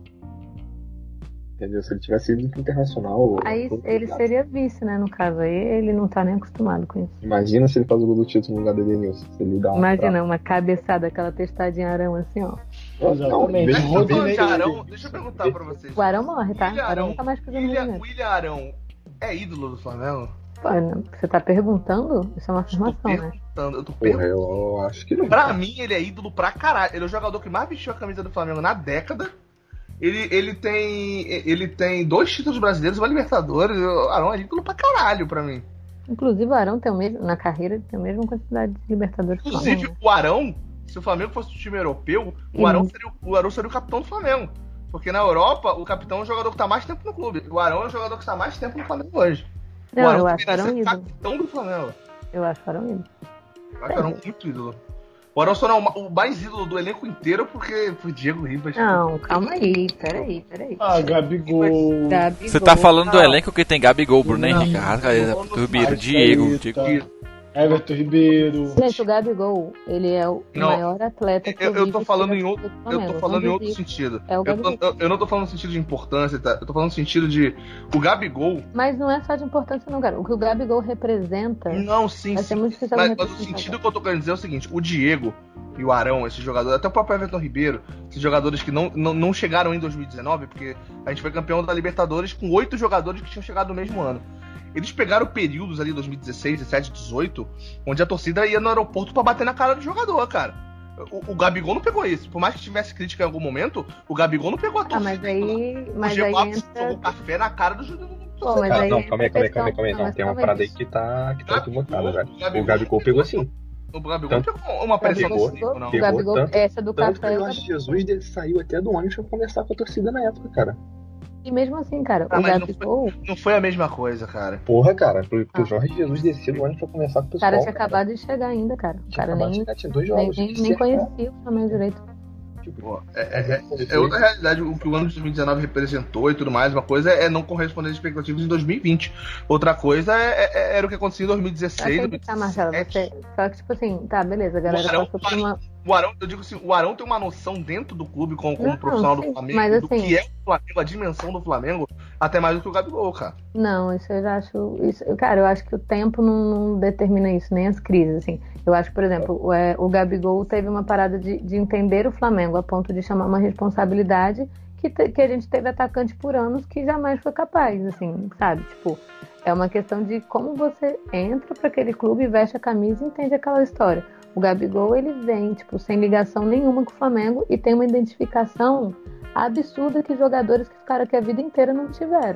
Entendeu? Se ele tivesse ido pro Internacional. Aí ou- ele seria vice, né? No caso aí, ele não tá nem acostumado com isso. Imagina se ele faz o gol do título no lugar do Edenilson. Se ele dá uma Imagina uma cabeçada, aquela testadinha Arão assim, ó. Exatamente. Deixa eu Rodinei- falando de Arão, deixa eu perguntar pra vocês. O Arão morre, tá? O William Arão Arão, nunca mais pisou no Rio de William, Janeiro. William Arão é ídolo do Flamengo? Pô, não, você tá perguntando? Isso é uma afirmação, Tô né? perguntando, eu tô Porra, perguntando. eu acho que não. Pra mim, ele é ídolo pra caralho. Ele é o jogador que mais vestiu a camisa do Flamengo na década. Ele, ele, tem, ele tem dois títulos brasileiros, uma Libertadores. O Arão é ídolo pra caralho pra mim. Inclusive o Arão tem o mesmo, na carreira ele tem a mesma quantidade de Libertadores que o Inclusive, Flamengo. o Arão, se o Flamengo fosse um time europeu, o Uhum. Arão, seria, o Arão seria o capitão do Flamengo. Porque na Europa, o capitão é o jogador que tá mais tempo no clube. O Arão é o jogador que tá mais tempo no Flamengo hoje. Não, o Arão eu acho o deveria Arão ser ídolo. capitão do Flamengo. Eu acho o Arão ídolo. Eu acho o Arão muito ídolo. O Arão só não é o mais ídolo do elenco inteiro porque foi Diego Ribas. Não, calma aí, peraí, peraí. Ah, Gabigol. Gabigol. Você tá falando do Não. elenco que tem Gabigol, Bruno Não. Henrique, Arrascaeta, Não. Ribeiro, Diego, Arrascaeta, Diego. Everton Ribeiro. Gente, o Gabigol, ele é o Não. maior atleta que Eu, eu vi tô que falando teve em a outro, camisa do eu tô Flamengo. falando em Não outro existe. sentido. É o eu, tô- Gabigol. eu- eu não tô falando no sentido de importância, tá? Eu tô falando no sentido de o Gabigol. Mas não é só de importância não, cara. O que o Gabigol representa... Não, sim, Vai ser sim. muito difícil Mas, alguém mas o representar. sentido que eu tô querendo dizer é o seguinte: o Diego e o Arão, esses jogadores, até o próprio Everton Ribeiro, esses jogadores que não, não, não chegaram em dois mil e dezenove, porque a gente foi campeão da Libertadores com oito jogadores que tinham chegado no mesmo ano. Eles pegaram períodos ali, dois mil e dezesseis, dezessete, dezoito, onde a torcida ia no aeroporto pra bater na cara do jogador, cara. O, o Gabigol não pegou isso. Por mais que tivesse crítica em algum momento, o Gabigol não pegou a Ah, torcida. mas aí... O Mas aí Diego entra... jogou café na cara do jogador. Pô, mas Cara, aí não, calma aí, calma aí, calma aí, questão- calma aí. Não, mas tem uma calma parada aí. aí que tá, que tá Gabigol, equivocada, velho. Gabigol O Gabigol pegou assim. O Gabigol não pegou uma pressão Pegou, desse nível, não. O pegou Gabigol, tanto- essa do Tanto que café... o Jorge Jesus dele saiu até do ônibus pra conversar com a torcida na época, cara. E mesmo assim, cara, Ah, o mas não Gabigol... Não foi a mesma coisa, cara. Porra, cara, pro, pro Ah. Jorge Jesus descer do ônibus pra conversar com o O pessoal. cara tinha acabado de chegar ainda, cara. O Tinha cara acabado de nem, chegar, tinha dois nem, jogos. nem, de nem cercar. conhecia o Flamengo direito. Pô, é, é, é, é outra realidade. O que o ano de dois mil e dezenove representou e tudo mais. Uma coisa é não corresponder às expectativas em dois mil e vinte. Outra coisa é, é- era o que acontecia em dois mil e Só dezesseis. que tá, Marcela, você... Só que, tipo assim, tá, beleza, a galera O Arão- passou por uma... O Arão, eu digo assim, o Arão tem uma noção dentro do clube como, como Não, profissional sim, do Flamengo, mas do assim- que é o Flamengo, a dimensão do Flamengo, até mais do que o Gabigol, cara. Não, isso eu já acho... Isso, cara, eu acho que o tempo não, não determina isso, nem as crises, assim. Eu acho que, por exemplo, o, é, o Gabigol teve uma parada de, de entender o Flamengo a ponto de chamar uma responsabilidade que, te- que a gente teve atacante por anos que jamais foi capaz, assim, sabe? Tipo, é uma questão de como você entra para aquele clube, veste a camisa e entende aquela história. O Gabigol, ele vem, tipo, sem ligação nenhuma com o Flamengo e tem uma identificação absurda que jogadores que ficaram aqui a vida inteira não tiveram.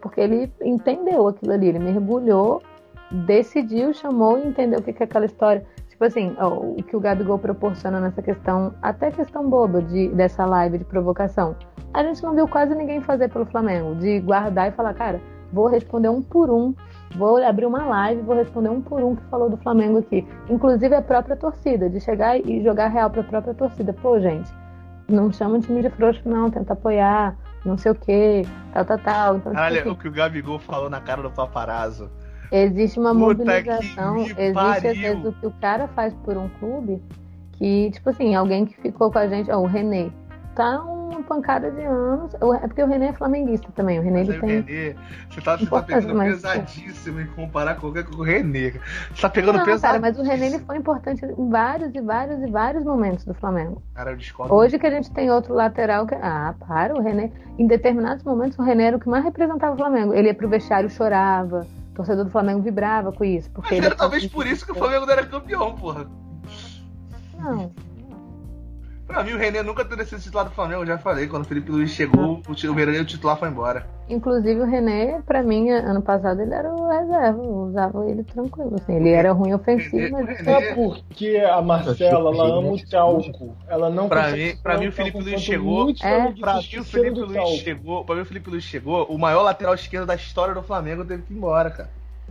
porque ele entendeu aquilo ali, ele mergulhou, decidiu, chamou e entendeu o que, que é aquela história. Tipo assim, ó, o que o Gabigol proporciona nessa questão, até questão boba de, dessa live de provocação. A gente não viu quase ninguém fazer pelo Flamengo, de guardar e falar, cara, vou responder um por um, vou abrir uma live, vou responder um por um que falou do Flamengo aqui. Inclusive a própria torcida, de chegar e jogar real pra própria torcida. Pô, gente, não chama de time de frouxo não, tenta apoiar, não sei o que, tal, tal, tal. Então, Olha tipo, o que o Gabigol falou na cara do paparazzo. existe uma Puta mobilização, que me existe pariu. às vezes o que o cara faz por um clube, que, tipo assim, alguém que ficou com a gente, ó, o René, tá uma pancada de anos, é porque o René é flamenguista também, o René Mas ele aí, tem... o René, você tá, você tá pegando mas, pesadíssimo em comparar qualquer com o René. Você tá pegando não, pesadíssimo. cara, mas o René ele foi importante em vários e vários e vários momentos do Flamengo. Cara, eu discordo. Hoje que a gente tem outro lateral que... Ah, para, o René... Em determinados momentos o René era o que mais representava o Flamengo. Ele ia pro vestiário, chorava, o torcedor do Flamengo vibrava com isso. Porque Mas ele era talvez por isso que o Flamengo não era campeão, porra. Não. Pra mim, o René nunca teria sido titular do Flamengo, eu já falei. Quando o Felipe Luiz chegou, o Verão o titular foi embora. Inclusive o René, pra mim, ano passado ele era o reserva, eu usava ele tranquilo, assim, ele era ruim ofensivo, mas... É porque a Marcela, ela ama o talco, ela não Pra consegue mim, pra mim o Felipe Luiz chegou, É. pra mim o Felipe Luiz chegou, pra mim o Felipe Luiz chegou, o maior lateral esquerdo da história do Flamengo teve que ir embora, cara.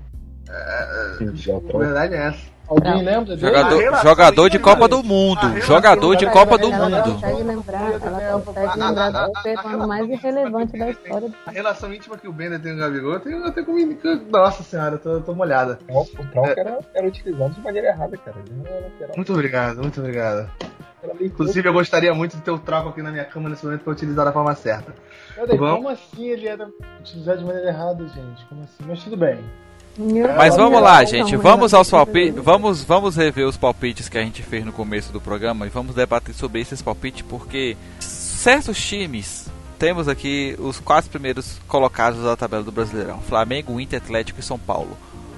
É, a verdade é essa. Alguém lembra dele? Jogador, relação jogador de entre Copa a do Mundo. relação Jogador de entre Copa a do relação- Ela Mundo. consegue lembrar, ela consegue lembrar do período mais irrelevante da história do... A relação íntima que o Bender tem com o Gabigol, eu tenho, eu tenho comigo. Nossa senhora, eu tô, eu tô molhada. O tronco era, era utilizado de maneira errada, cara. Ele não era lateral, Muito obrigado, muito obrigado. era meio Inclusive, eu gostaria muito de ter o troco aqui na minha cama nesse momento pra utilizar da forma certa. Peraí, Vamos? como assim ele era utilizado de maneira errada, gente? Como assim? Mas tudo bem. Mas vamos lá, gente. Não, Vamos não, aos não, palpites. não. Vamos, vamos rever os palpites que a gente fez no começo do programa e vamos debater sobre esses palpites, porque certos times, temos aqui os quatro primeiros colocados da tabela do Brasileirão: Flamengo, Inter, Atlético e São Paulo.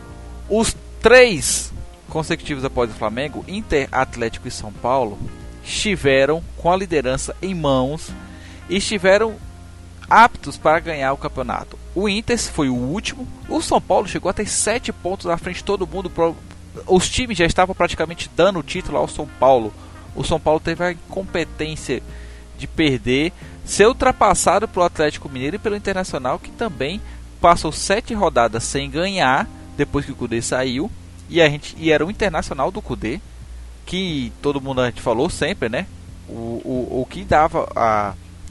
Os três consecutivos após o Flamengo, Inter, Atlético e São Paulo, estiveram com a liderança em mãos e estiveram aptos para ganhar o campeonato. O Inter foi o último. O São Paulo chegou a ter sete pontos à frente de todo mundo. Os times já estavam praticamente dando o título ao São Paulo. O São Paulo teve a incompetência de perder, ser ultrapassado pelo Atlético Mineiro e pelo Internacional, que também passou sete rodadas sem ganhar depois que o Cudê saiu. E, a gente, e era o Internacional do Cudê, que todo mundo a gente falou sempre, né? O, o, o que dava a...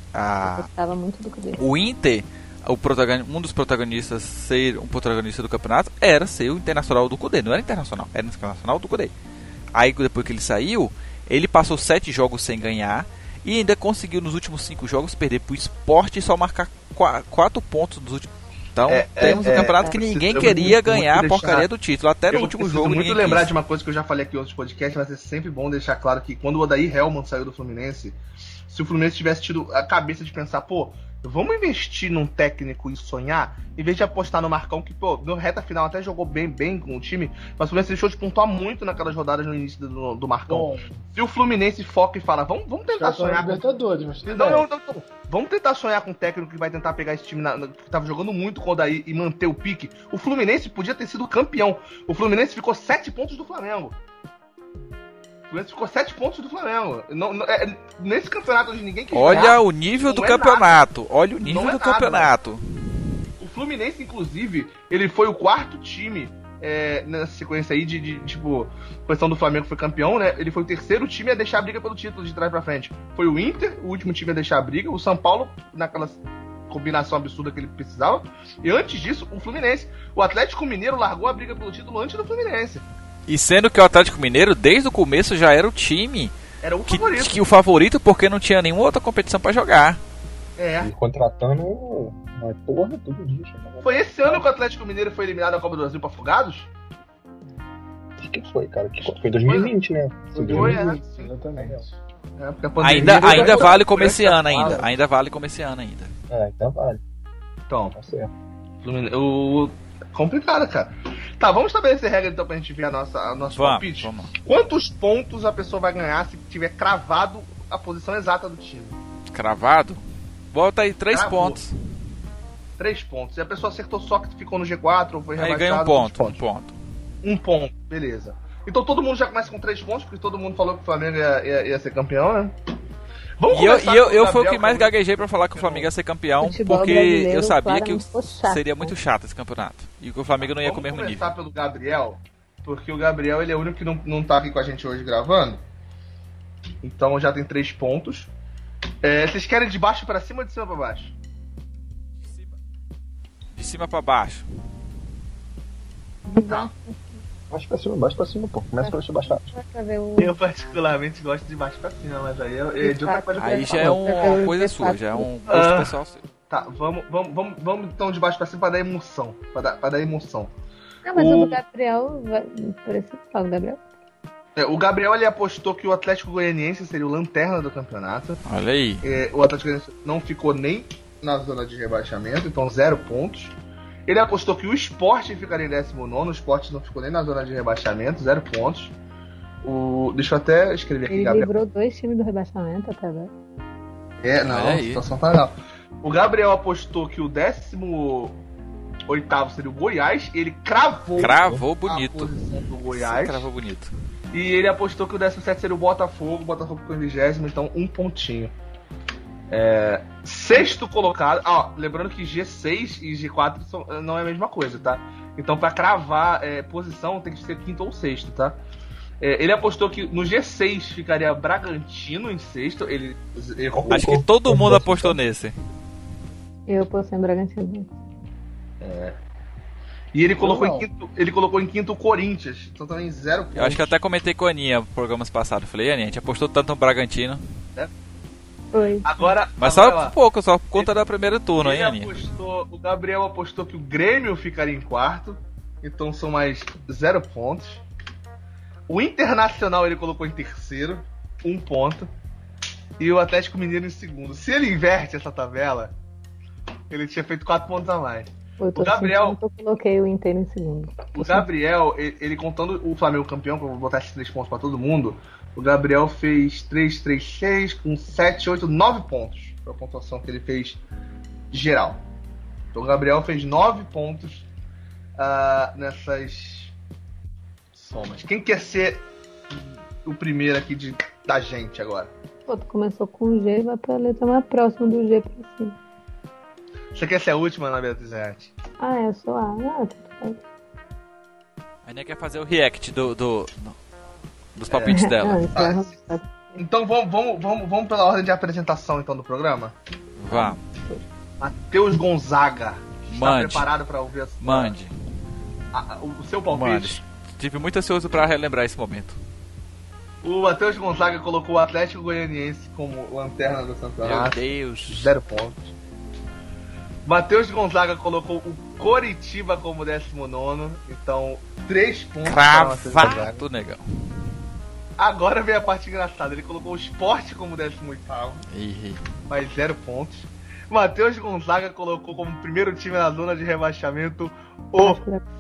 Eu gostava muito do Cudê. O Inter, o protagon... um dos protagonistas ser um protagonista do campeonato era ser o Internacional do Cudê, não era Internacional, era Internacional do Cudê. Aí depois que ele saiu, ele passou sete jogos sem ganhar e ainda conseguiu nos últimos cinco jogos perder pro Sport e só marcar qu- quatro pontos nos últimos. Então É, temos é, um campeonato é, que eu ninguém preciso queria muito ganhar a deixar- porcaria do título, até no Eu último preciso jogo muito ninguém lembrar quis. de uma coisa que eu já falei aqui em outros podcasts, mas é sempre bom deixar claro que quando o Odair Hellmann saiu do Fluminense, se o Fluminense tivesse tido a cabeça de pensar, pô, vamos investir num técnico e sonhar, em vez de apostar no Marcão, que, pô, no reta final até jogou bem, bem com o time, mas o Fluminense deixou de pontuar muito naquelas rodadas no início do, do Marcão. Bom, Se o Fluminense foca e fala, vamos, vamos tentar já tô na sonhar com... Libertadores, mas tudo Não, bem. não, não, não. Vamos tentar sonhar com um técnico que vai tentar pegar esse time na, na- que tava jogando muito com o Odair e manter o pique. O Fluminense podia ter sido campeão. O Fluminense ficou sete pontos do Flamengo. O Fluminense ficou sete pontos do Flamengo. Não, não- é- nesse campeonato onde ninguém quis Olha ganhar, o nível do não é campeonato. Olha o nível Não é do nada, campeonato. o Fluminense, inclusive, ele foi o quarto time é, nessa sequência aí de, de, tipo, questão do Flamengo foi campeão, né? Ele foi o terceiro time a deixar a briga pelo título de trás pra frente. Foi o Inter, o último time a deixar a briga, o São Paulo, naquela combinação absurda que ele precisava, e antes disso, o Fluminense. O Atlético Mineiro largou a briga pelo título antes do Fluminense. E sendo que o Atlético Mineiro, desde o começo, já era o time Era o que, favorito. que o favorito, porque não tinha nenhuma outra competição pra jogar. É. E contratando uma porra todo dia. chamava- Foi esse ano que o Atlético Mineiro foi eliminado da Copa do Brasil pra Afogados? Acho que foi, cara. Que foi em dois mil e vinte, né? Foi Foi, é. dois mil e vinte. Exatamente. É, porque a pandemia Ainda, deu- ainda vale como esse Foi ano essa ainda. fala. Ainda vale como esse ano ainda. É, então vale. Então, Tá certo. Fluminense- o... complicado, cara. Tá, vamos estabelecer regra então pra gente ver a nossa, a nosso Vamos, palpite. vamos. Quantos pontos a pessoa vai ganhar se tiver cravado a posição exata do time? Cravado? Bota aí três Cravou. pontos. três pontos. E a pessoa acertou só que ficou no G quatro ou foi rebaixado. Aí ganha um ponto, um ponto. Um ponto, beleza. Então todo mundo já começa com três pontos, porque todo mundo falou que o Flamengo ia, ia, ia ser campeão, né? Vamos e eu, e eu, eu Gabriel, fui o que mais como... gaguejei pra falar que o Flamengo ia ser campeão, Futebol porque brasileiro eu sabia que claramente chato. seria muito chato esse campeonato. E que o Flamengo não ia Vamos com o mesmo começar nível. pelo Gabriel, porque o Gabriel ele é o único que não, não tá aqui com a gente hoje gravando. Então já tem três pontos. É, vocês querem de baixo pra cima ou de cima pra baixo? De cima pra baixo. Tá. Baixo pra cima, baixo pra cima, pô. Começa pra baixo pra baixo. Pra ver o... Eu particularmente gosto de baixo pra cima, mas aí é, é de outra coisa que eu Aí ia já é falar. uma coisa sua, já é um gosto Ah. pessoal seu. Tá, vamos, vamos, vamos, vamos então de baixo pra cima pra dar emoção. Pra dar, pra dar emoção. Não, mas O- o do Gabriel vai... Parece que fala o Gabriel. É, o Gabriel ele apostou que o Atlético Goianiense seria o lanterna do campeonato. Olha aí. É, o Atlético Goianiense não ficou nem na zona de rebaixamento, então zero pontos. Ele apostou que o Sport ficaria em décimo nono, o Sport não ficou nem na zona de rebaixamento, zero pontos. O... Deixa eu até escrever aqui, Ele Gabriel. livrou dois times do rebaixamento até agora. É, não, Olha a aí. situação tá legal. O Gabriel apostou que o décimo oitavo seria o Goiás, ele cravou, Cravou a bonito. posição do Sim, Goiás. cravou bonito. E ele apostou que o décimo sétimo seria o Botafogo, o Botafogo ficou em vigésimo, então um pontinho. É, sexto colocado, ó, lembrando que G seis e G quatro são, não é a mesma coisa, tá? Então pra cravar é, posição tem que ser quinto ou sexto, tá? É, ele apostou que no G seis ficaria Bragantino em sexto, ele errou. Acho que todo mundo apostou nesse. Eu postei em Bragantino. E ele colocou, Não. em quinto, ele colocou em quinto o Corinthians, então também zero pontos. Eu acho que eu até comentei com a Aninha nos programas passados. Falei, Aninha, a gente apostou tanto no Bragantino. Foi. Agora, Mas agora só lá. por pouco, só por conta da primeira turno, hein, Ele Aninha? apostou, o Gabriel apostou que o Grêmio ficaria em quarto, então são mais zero pontos. O Internacional ele colocou em terceiro, um ponto. E o Atlético Mineiro em segundo. Se ele inverte essa tabela, ele tinha feito quatro pontos a mais. Eu tô O Gabriel- sentindo que eu coloquei o Inter em segundo. O Gabriel, ele, ele contando o Flamengo campeão, que eu vou botar esses três pontos pra todo mundo, o Gabriel fez três, três, seis, com sete, oito, nove pontos. Foi a pontuação que ele fez geral. Então o Gabriel fez nove pontos ah, nessas somas. Quem quer ser o primeiro aqui de, da gente agora? Pô, tu começou com G e vai pra letra mais próxima do G pra cima. Você quer ser a última, Ana Beatriz Reati? Ah, eu sou A. Ah, tudo bem. A Aninha quer fazer o react do, do, do- dos palpites Não, dela. isso Ah, é... Então vamos, vamos, vamos, vamos pela ordem de apresentação então do programa? Vá, Matheus Gonzaga. Está Mande. preparado para ouvir a sua- mande, a- o seu palpite? mande. Tive muito ansioso pra relembrar esse momento. O Matheus Gonzaga colocou o Atlético Goianiense como lanterna do Meu campeonato. Deus. Zero pontos. Matheus Gonzaga colocou o Coritiba como décimo nono. Então, três pontos para o Matheus Gonzaga. Cravado, negão. Agora vem a parte engraçada. Ele colocou o Sport como décimo oitavo, Ih, mais zero pontos. Matheus Gonzaga colocou como primeiro time na zona de rebaixamento o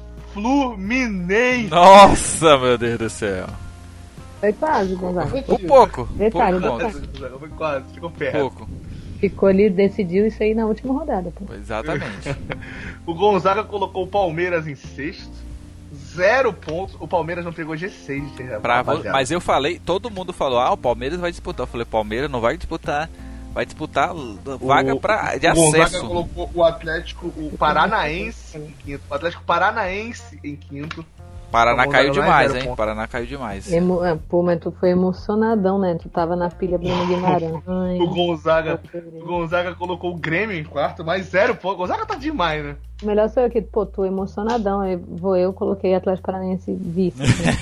Fluminense. Nossa, meu Deus do céu. Foi quase, Gonzaga. Por pouco. Detalhe, pouco detalhe. pontos. Gonzaga foi quase, ficou perto. Pouco. Ficou ali, decidiu isso aí na última rodada, pô. Exatamente. O Gonzaga colocou o Palmeiras em sexto. Zero pontos. O Palmeiras não pegou G seis. Pra vo- rapaziada. mas eu falei, todo mundo falou, ah, o Palmeiras vai disputar. Eu falei, Palmeiras não vai disputar. Vai disputar vaga pra, de o Gonzaga acesso. colocou o Atlético, o Paranaense em quinto. O Atlético Paranaense em quinto. Paraná o caiu Gonzaga demais, zero hein? ponto. Paraná caiu demais. Emo... ah, Pô, mas tu foi emocionadão, né? Tu tava na pilha Bruno Guimarães. O Gonzaga, o Gonzaga colocou o Grêmio em quarto, mais zero pontos. O Gonzaga tá demais, né? O melhor sou eu que, pô, tu emocionadão. Aí vou eu, coloquei Atlético Paranaense vice.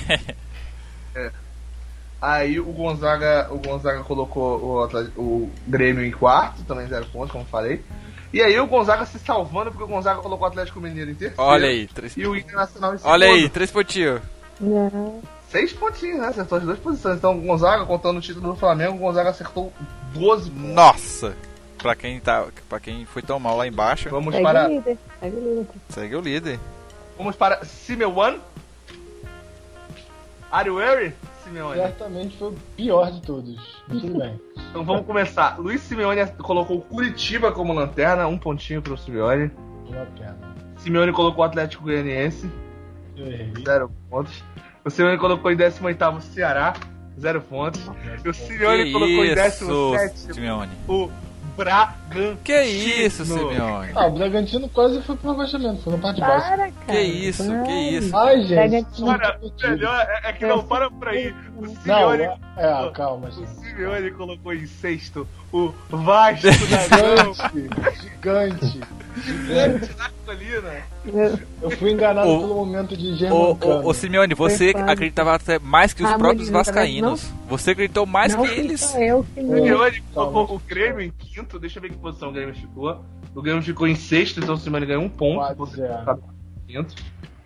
Né? Aí o Gonzaga, o Gonzaga colocou o, Atlético- o Grêmio em quarto, também zero pontos, como falei. E aí o Gonzaga se salvando, porque o Gonzaga colocou o Atlético Mineiro em terceiro. Olha aí, três... E o Internacional em segundo. olha aí, três pontinhos. Não. Seis pontinhos, né? Acertou as duas posições. Então o Gonzaga, contando o título do Flamengo, o Gonzaga acertou doze pontos. Nossa! Pra quem, tá, pra quem foi tão mal lá embaixo, Vamos Segue para, o líder. Segue o líder. pô. segue o líder. vamos para Simeone. Are you ready? Simeone? Certamente foi o pior de todos. Mas tudo bem. Então vamos começar. Luiz Simeone colocou o Curitiba como lanterna, um pontinho pro Simeone. Uma pena. Simeone colocou o Atlético Goianiense, Eu errei. zero pontos. O Simeone colocou em décimo oitavo o Ceará, zero pontos. E o Simeone Que colocou em isso, décimo sétimo Simeone. o Bragantino. Que isso, Simeone? Ah, o Bragantino quase foi pro rebaixamento, foi na parte de baixo. Para, cara. Que isso, para. que isso. Ai, gente. Bragantino. Cara, melhor é, é que não, para por aí. O Não, Simeone, é, é, calma, o gente. Simeone colocou em sexto o Vasco da Gama. Gigante, gigante. Gigante da colina. Meu- Eu fui enganado O- pelo momento de Ô, Germancano. ô, ô, Simeone, você Foi quase. acreditava até mais que os Ah, próprios menino, tá vendo? vascaínos. Você acreditou mais não que fui eles. só eu que O me... Simeone Calma. colocou o Grêmio em quinto. Deixa eu ver que posição o Grêmio ficou. O Grêmio ficou em sexto, então o Simeone ganhou um ponto. quatro Você zero. tá em quinto.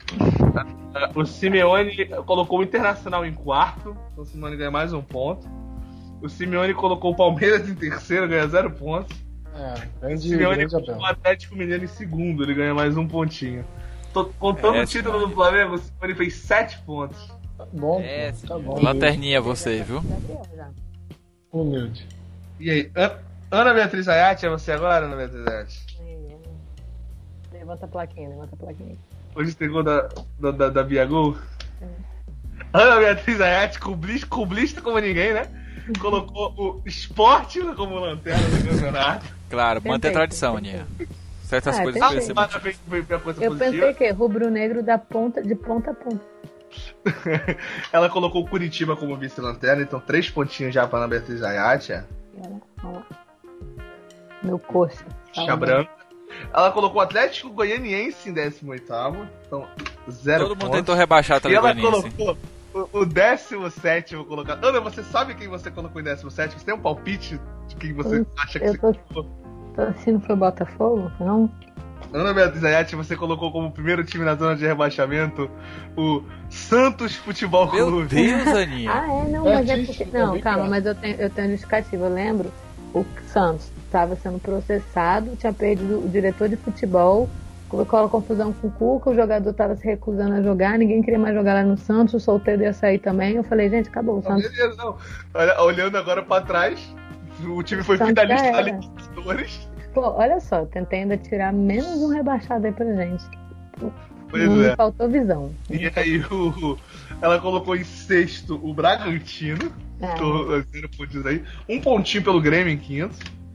Ah, O Simeone colocou o Internacional em quarto, então o Simeone ganha mais um ponto. O Simeone colocou o Palmeiras em terceiro, ganha zero pontos. É, O grande, Simeone grande colocou Abel. o Atlético Mineiro em segundo, ele ganha mais um pontinho. Tô contando É, o título Simeone. do Flamengo, o Simeone fez sete pontos. Tá bom, É, pô, tá bom. Lanterninha você, viu? Humilde. E aí, An- Ana Beatriz Ayati, é você agora, Ana Beatriz Ayati? Levanta a plaquinha, levanta a plaquinha. Hoje tem gol da, da, da, da Bia Gol. Ana Beatriz Ayati, cublista, cublista como ninguém, né? Colocou o esporte como lanterna do campeonato. Claro, mantém a Tentei. tradição, Aninha. Certas Ah, coisas tentei. devem ser Ana muito. fez fez a coisa Eu positiva. pensei que rubro-negro da ponta, de ponta a ponta. Ela colocou o Curitiba como vice-lanterna, então três pontinhos já para Ana Beatriz Ayati. E olha, olha lá. Meu coxa. Ficha branca. Ela colocou o Atlético Goianiense em décimo oitavo, então zero Todo mundo pontos. tentou rebaixar a E ela Goianiense. colocou o, o décimo sétimo colocado. Ana, você sabe quem você colocou em décimo sétimo? Você tem um palpite de quem você Eu- acha que eu você tô- colocou? Então, se não foi Botafogo, não? Ana Beatriz Ayati, você colocou como primeiro time na zona de rebaixamento o Santos Futebol Meu Clube. Deus, Aninha. Ah, é? Não, mas é porque... Certíssimo, Não, também, calma, cara. mas eu tenho, eu tenho justificativa. Eu lembro, o Santos estava sendo processado, tinha perdido o diretor de futebol, colocou a confusão com o Cuca, o jogador estava se recusando a jogar, ninguém queria mais jogar lá no Santos, o solteiro ia sair também. Eu falei, gente, acabou o Não, Santos. beleza, não. Olha, olhando agora pra trás, o time foi Santos finalista já da era. Libertadores. Pô, olha só, tentei ainda tirar menos um rebaixado aí pra gente. Pois não é. me faltou visão. E aí o, ela colocou em sexto o Bragantino. Ah. Tô zero pontos aí. Um pontinho pelo Grêmio em quinto.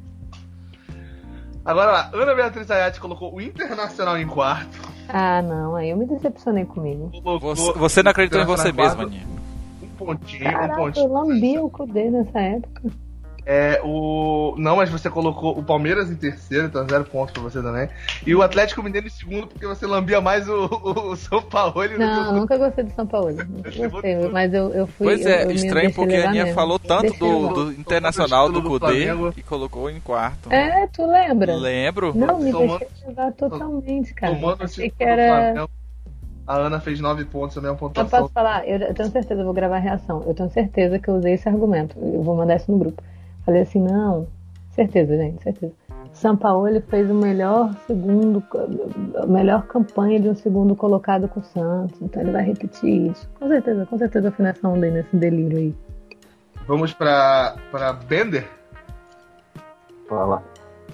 Agora lá, Ana Beatriz Ayati colocou o Internacional em quarto. Ah, não, aí eu me decepcionei comigo. Colocou Você, você não acreditou em você Internacional mesmo, em quarto. Aninha. Um pontinho, um Caraca, eu pontinho. lambi o Cudê nessa época. É, o... Não, mas você colocou o Palmeiras em terceiro, então zero pontos pra você também. E o Atlético Mineiro em segundo, porque você lambia mais o, o, o São Paulo. do que Não, o- nunca gostei do São Paulo. Nunca gostei, mas eu, eu fui. Pois eu, é, eu me estranho deixei porque a levar Aninha mesmo. falou tanto Deixei do, levar. do Internacional, do do Cudê, Flamengo. e colocou em quarto. É, tu lembra? Lembro. Não, me Tomando- deixei levar totalmente, cara. Tomando o Achei título que do era. Flamengo. A Ana fez nove pontos, a mesma Eu pontuação. posso falar, eu, eu tenho certeza, eu vou gravar a reação. Eu tenho certeza que eu usei esse argumento. Eu vou mandar isso no grupo. Falei assim, não, certeza, gente, certeza. São Paulo ele fez o melhor segundo, a melhor campanha de um segundo colocado com o Santos. Então ele vai repetir isso. Com certeza, com certeza eu fui nessa onda aí, nesse delírio aí. Vamos pra, pra Bender. Fala.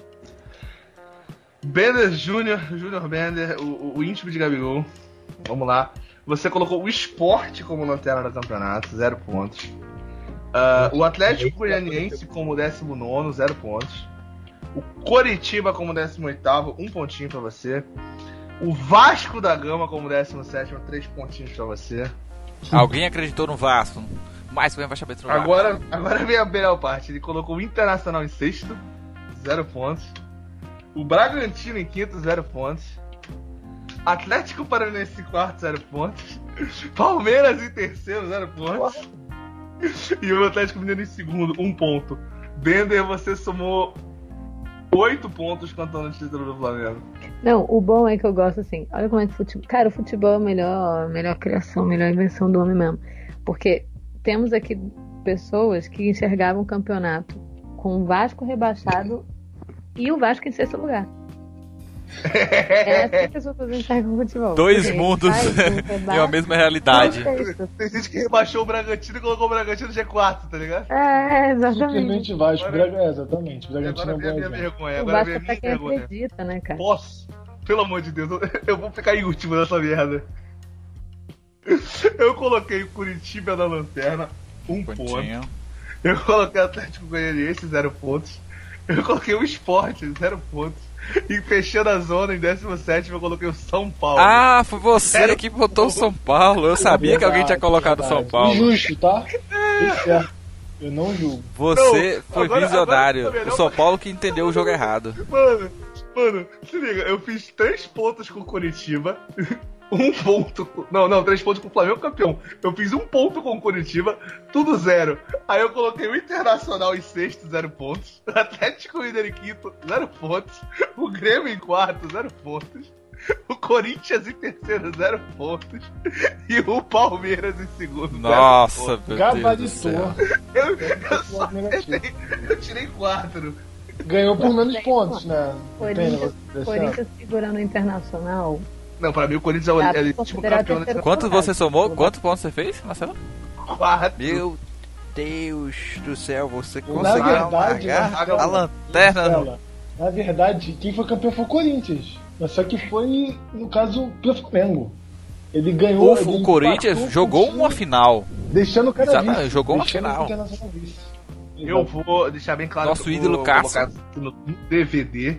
Bender Júnior, Júnior Bender, o, o, o íntimo de Gabigol. Vamos lá. Você colocou o Sport como lanterna do campeonato, zero pontos. Ah, o Atlético Goianiense como décimo nono, zero pontos. O Coritiba como décimo oitavo, um pontinho pra você. O Vasco da Gama como décimo sétimo, três pontinhos pra você. Alguém acreditou no Vasco. Mais que o rebaixamento no Vasco. Agora, agora vem a melhor parte. Ele colocou o Internacional em sexto, zero pontos. O Bragantino em quinto, zero pontos. Atlético Paranaense em quarto, zero pontos. Palmeiras em terceiro, zero pontos. E o Atlético Mineiro em segundo, um ponto. Bender, você somou oito pontos cantando o título do Flamengo. Não, o bom é que eu gosto assim. Olha como é que o futebol. Cara, o futebol é a melhor, a melhor criação, a melhor invenção do homem mesmo. Porque temos aqui pessoas que enxergavam o campeonato com o Vasco rebaixado e o Vasco em sexto lugar. É assim que as pessoas enxergam o futebol. Dois Porque mundos faz, em uma mesma realidade. é isso. Tem gente que rebaixou o Bragantino e colocou o Bragantino no G quatro, tá ligado? É, exatamente. Simplesmente Vasco. Agora- Braga- é, exatamente. Bragantino Agora é um vem a bom minha exemplo. vergonha. O Agora Vasco vem a é pra minha quem vergonha. acredita, né, cara? Posso? Pelo amor de Deus, eu- eu vou ficar em último nessa merda. Eu coloquei o Curitiba na lanterna, um ponto. Pontinho. Eu coloquei o Atlético Goianiense, zero pontos. Eu coloquei o Sport, zero pontos. E fechando a zona, em décimo sétimo, eu coloquei o São Paulo. Ah, foi você Zero que botou o São Paulo. Eu sabia que alguém tinha colocado o São Verdade. Paulo. Injusto, tá? Fez certo. Eu não julgo. Você Não, foi agora- visionário. agora tá melhor- O São Paulo que entendeu o jogo errado. Mano, mano, se liga, eu fiz três pontos com o Curitiba, um ponto com... Não, não, três pontos com o Flamengo campeão. Eu fiz um ponto com o Curitiba, tudo zero. Aí eu coloquei o Internacional em sexto, zero pontos. O Atlético Mineiro em quinto, zero pontos. O Grêmio em quarto, zero pontos. O Corinthians em terceiro, zero pontos. E o Palmeiras em segundo, Nossa, zero meu Deus do céu. Gabaritou. pontos. Eu, eu só Negativo. tirei, eu tirei quatro. Ganhou por menos pontos, né? Não tem Corinthians, negócio desse ano. Corinthians segurando o Internacional. Não, pra mim o Corinthians é o Dá é pra o tipo considerar campeão terceiro dessa Quantos colocado. você somou? Quantos pontos você fez, Marcelo? quarta. Meu Deus do céu, você Na conseguiu verdade, amargar na- a lanterna no... Marcela, na verdade, quem foi campeão foi o Corinthians. Mas só que foi, no caso, pelo Flamengo. Ele ganhou. O, ele o Corinthians empatou jogou com o uma time, final. Deixando o cara Exatamente, vice. jogou uma deixando final. o Internacional vice. Eu Exato. vou deixar bem claro Nosso que eu ídolo vou Cássio. colocar no D V D.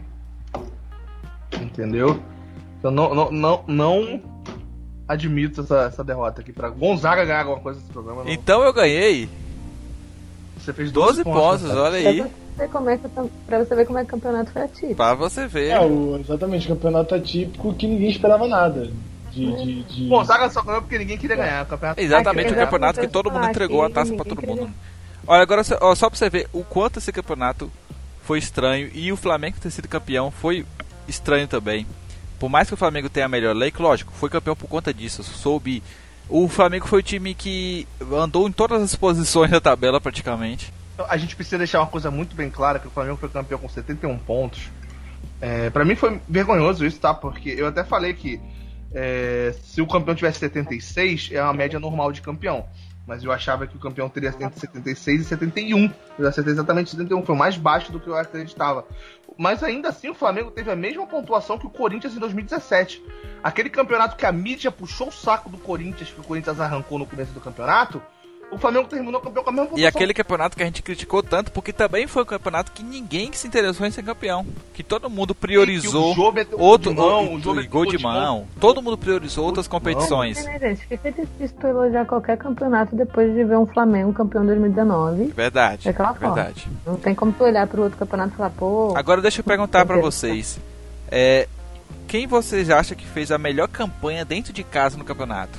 Entendeu? Eu não, não, não, não admito essa, essa derrota aqui. Pra Gonzaga ganhar alguma coisa nesse programa. Não. Então eu ganhei Você fez doze pontos, né? olha Pra aí. você, ver como é que, o- pra você ver como é que o campeonato foi atípico. Pra você ver. É, o, exatamente, campeonato atípico que ninguém esperava nada. De, de, de... Gonzaga só ganhou porque ninguém queria ganhar o campeonato. Exatamente, Aqui, o campeonato que eu todo mundo falar entregou a que taça pra ninguém todo queria mundo. Olha, agora ó, só pra você ver o quanto esse campeonato foi estranho e o Flamengo ter sido campeão foi estranho também. Por mais que o Flamengo tenha a melhor lei, lógico, foi campeão por conta disso. Soube. O Flamengo foi o time que andou em todas as posições da tabela praticamente. A gente precisa deixar uma coisa muito bem clara, que o Flamengo foi campeão com setenta e um pontos. É, pra mim foi vergonhoso isso, tá? Porque eu até falei que é, se o campeão tivesse setenta e seis, é uma média normal de campeão. Mas eu achava que o campeão teria entre setenta e seis e setenta e um. Eu acertei exatamente setenta e um, foi mais baixo do que eu acreditava. Mas ainda assim o Flamengo teve a mesma pontuação que o Corinthians em dois mil e dezessete. Aquele campeonato que a mídia puxou o saco do Corinthians, que o Corinthians arrancou no começo do campeonato, o Flamengo terminou campeão com a mesma pontuação. E aquele campeonato que a gente criticou tanto, porque também foi um campeonato que ninguém se interessou em ser campeão. Que todo mundo priorizou E que o Jô meteu outro gol de mão, o- o Jô o- meteu gol de mão. Todo mundo priorizou outras competições. É, né, gente? Fica difícil tu elogiar qualquer campeonato depois de ver um Flamengo campeão em dois mil e dezenove. Verdade, Daquela forma. verdade. Não tem como tu olhar pro outro campeonato e falar, pô. Agora deixa eu perguntar pra vocês. É, quem vocês acham que fez a melhor campanha dentro de casa no campeonato?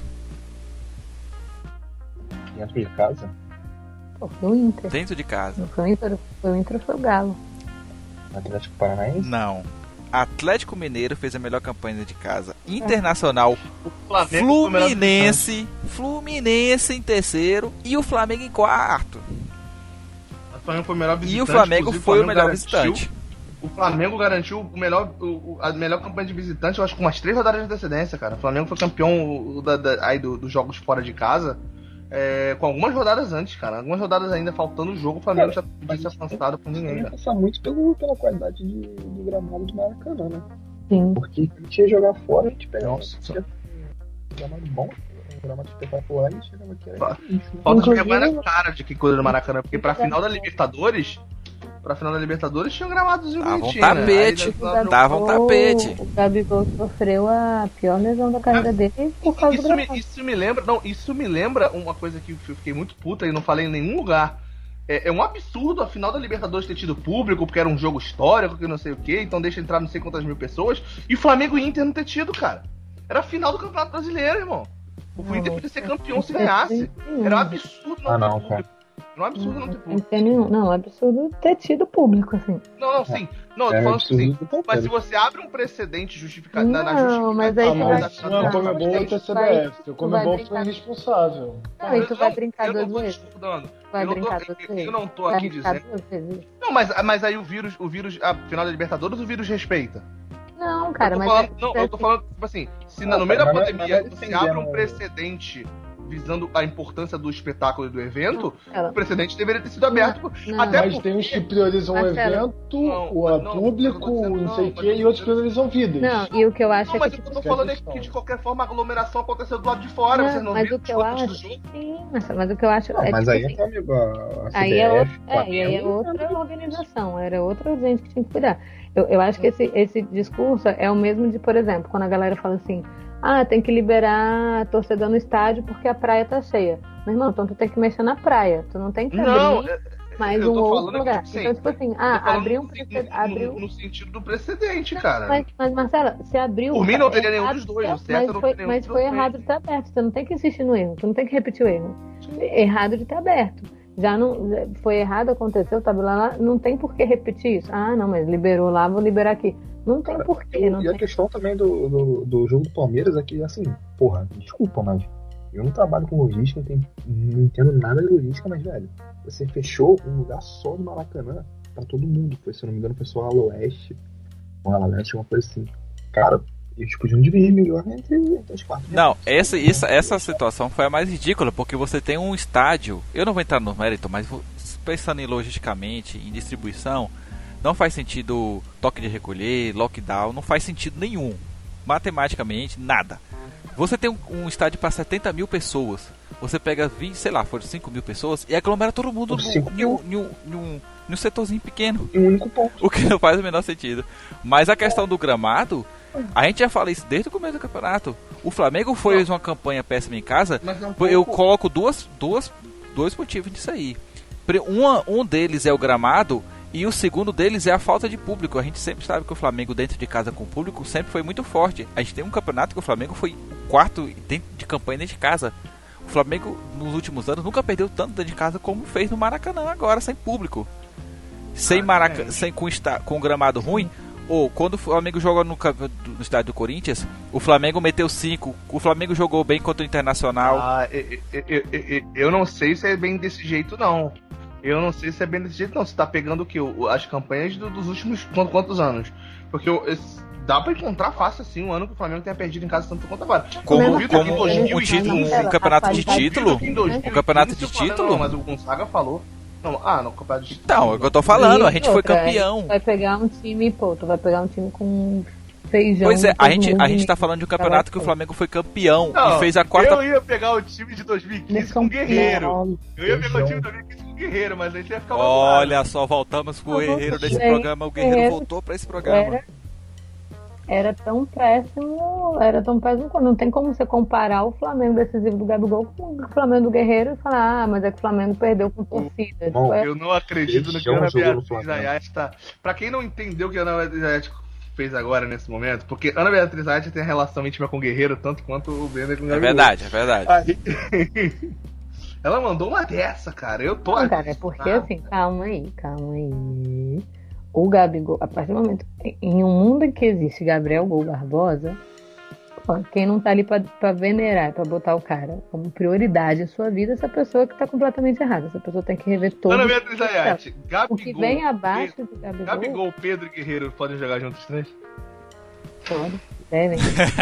Dentro de casa? Pô, foi o Inter. Dentro de casa. Não foi o Inter, foi o Inter ou foi o Galo? Atlético Paranaense? Não. Atlético Mineiro fez a melhor campanha dentro de casa. Internacional, O Flamengo foi o melhor Fluminense, Fluminense em terceiro e o Flamengo em quarto. visitante. O Flamengo foi o melhor visitante. E o Flamengo inclusive, foi o Flamengo melhor garantiu- visitante. O Flamengo garantiu o melhor, o- o- a melhor campanha de visitante, eu acho, com umas três rodadas de antecedência, cara. O Flamengo foi campeão da, da- aí do- dos jogos fora de casa, é, com algumas rodadas antes, cara. Algumas rodadas ainda faltando o jogo, o Flamengo já tinha se afastado por ninguém, Vai cara. passar muito pelo, pela qualidade de, do gramado do Maracanã, né? Sim. Porque a gente ia jogar fora, a gente pegava Nossa. um gramado bom, um gramado espetacular e chegava aqui. Fa- Era isso, né? Falta de Inclusive- vergonha na cara de que coisa do Maracanã, porque pra final da Libertadores, pra final da Libertadores tinha um gramadozinho Dava um bonitinho, né? tapete. Aí, nós- nós- Dava um tapete. O Gabigol sofreu a pior lesão da carreira dele por causa do Isso me, gramado. isso me lembra, não, isso me lembra uma coisa que eu fiquei muito puta e não falei em nenhum lugar. É, é um absurdo a final da Libertadores ter tido público, porque era um jogo histórico, que não sei o que, então deixa entrar não sei quantas mil pessoas, e Flamengo e Inter não ter tido, cara. Era a final do Campeonato Brasileiro, irmão. O Não, Inter podia ser campeão se não ganhasse. tem Era um nenhum. absurdo não Ah, ter não, público. Era um absurdo não ter Não público. tem nenhum. Não, é absurdo ter tido público, assim. Não, não, sim. Não, eu tô É falando absurdo assim. do Mas Palmeiras. se você abre um precedente justificado na, na Não, justificativa mas aí Ah, tu da vai- mas final não é da o Comebol Libertadores, e o tu vai- C B F. O tu vai Comebol brincar. foi irresponsável. Não, e tu vai Não, brincar eu não duas tô vezes. discordando. Vai eu não tô- brincar eu- duas eu vezes. não tô Vai aqui brincar dizendo. duas vezes. Não, mas, mas aí o vírus, o vírus, a final da Libertadores, o vírus respeita. Não, Não, cara, eu mas... falando, é- não, eu tô falando, tipo assim, se Não, no meio da mas não é- pandemia mas não é se abre um defendendo- precedente visando a importância do espetáculo e do evento, Ela- o precedente deveria ter sido aberto. Não, até Mas porque... tem uns que priorizam o Marcelo. evento, Não, o não, público, eu tô dizendo, não sei o não, quê, mas e outros eu- priorizam vidas. Não, e o que eu acho Não, é mas que... o que tipo, eu tô falando é questão. que de qualquer forma a aglomeração aconteceu do lado de fora. Não, Vocês não mas viram o que eu os pontos acho... do jogo? Sim, Marcelo, mas o que eu acho... Não, é, mas tipo aí assim, então, amigo, a, a Aí é, C B F, outra, é, e aí é Flamengo, outra organização, era outra gente que tinha que cuidar. Eu, eu acho que esse, esse discurso é o mesmo de, por exemplo, quando a galera fala assim, ah, tem que liberar torcedor no estádio porque a praia tá cheia. Meu irmão, então tu tem que mexer na praia, tu não tem que Não, abrir é- mais eu um tô outro falando lugar. que, tipo, Então, tipo assim, eu tô ah, falando abrir um no- precedente, no, abriu... no, no sentido do precedente, cara. Mas, mas, Marcela, se abriu... Por mim não teria é nenhum errado, dos dois, o certo Mas não foi, teria nenhum mas dos foi dois. errado de estar aberto, você não tem que insistir no erro, você não tem que repetir o erro. Errado de estar aberto. Já não foi errado, aconteceu, tava lá, não tem por que repetir isso. Ah, não, mas liberou lá, vou liberar aqui. Não tem Cara, porquê, eu- não e a tem. questão também do, do, do jogo do Palmeiras é que, assim, porra, desculpa, mas eu não trabalho com logística, não, tenho- não entendo nada de logística, mas, velho, você fechou um lugar só no Maracanã pra todo mundo. Foi, se eu não me engano, foi só Ala Oeste, ou Ala Leste, uma coisa assim. Cara, eles podiam dividir melhor entre, entre as quatro. Não, essa, essa, essa situação foi a mais ridícula, porque você tem um estádio, eu não vou entrar no mérito, mas vou- pensando em logisticamente, em distribuição, não faz sentido toque de recolher, lockdown, não faz sentido nenhum, matematicamente, nada. Você tem um, um estádio para setenta mil pessoas, você pega vinte, sei lá, foram cinco mil pessoas e aglomera todo mundo Por no- cinco em um- em um- em um- em um setorzinho pequeno. Em um único ponto. O que não faz o menor sentido. Mas a questão do gramado, a gente já fala isso desde o começo do campeonato. O Flamengo fez uma campanha péssima em casa. Mas é um Eu pouco- coloco duas, duas, dois motivos disso aí. Pri- Uma, um deles é o gramado e o segundo deles é a falta de público. A gente sempre sabe que o Flamengo dentro de casa com o público sempre foi muito forte. A gente tem um campeonato que o Flamengo foi o quarto dentro de campanha dentro de casa. O Flamengo nos últimos anos nunca perdeu tanto dentro de casa como fez no Maracanã agora, sem público. Sem, Ah, Maraca... é. sem com, esta... com gramado ruim. Ou quando o Flamengo joga no, camp- no estádio do Corinthians, o Flamengo meteu cinco. O Flamengo jogou bem contra o Internacional. Ah, eu, eu, eu, eu não sei se é bem desse jeito, não. Eu não sei se é bem desse jeito, não. Você tá pegando o que? As campanhas do- dos últimos quantos, quantos anos? Porque eu- esse- dá pra encontrar fácil, assim, um ano que o Flamengo tenha perdido em casa tanto quanto agora. Como, Eu duvido que em como dois mil um, e título, quinze, um campeonato de qualidade- título. em dois mil e quinze, Um campeonato de o Flamengo- título? Não, mas o Gonzaga falou. Não, ah, não, campeonato de título. Então, é o que eu tô falando, a gente E foi outra, campeão. Tu vai pegar um time, pô, tu vai pegar um time com feijão. Pois é, a todo gente, mundo a gente e- tá falando de um campeonato que o Flamengo foi campeão Não, e fez a quarta. Eu ia pegar o time de dois mil e quinze Nesse com o Guerreiro. campeão. Eu ia pegar o time de dois mil e quinze com o Guerreiro, mas aí você ia ficar Olha só, voltamos pro Não, Guerreiro desse gente, programa. O Guerreiro Guerreiro voltou pra esse programa. Era, era tão péssimo, era tão péssimo quando não tem como você comparar o Flamengo decisivo do Gabigol com o Flamengo do Guerreiro e falar, ah, mas é que o Flamengo perdeu com torcida. Bom, Tipo, é- Eu não acredito no que a Feijão Ana jogou no Beatriz Flamengo. Ayat tá. Pra quem não entendeu o que a Ana Beatriz Ayat fez agora nesse momento, porque Ana Beatriz Ayat tem relação íntima com o Guerreiro, tanto quanto o Brenner com o É Gabigol. verdade, é verdade. Aí- Ela mandou uma dessa, cara. Eu tô Não, cara, é porque assim, calma aí, calma aí. O Gabigol, a partir do momento, em um mundo em que existe Gabriel Gol Barbosa, pô, quem não tá ali pra, pra venerar, pra botar o cara como prioridade em sua vida, essa pessoa que tá completamente errada. Essa pessoa tem que rever todo Ana Beatriz Ayat, o que Gabigol, vem abaixo Pedro, do Gabigol. Gabigol, Pedro e Guerreiro podem jogar juntos os três? Pode, devem.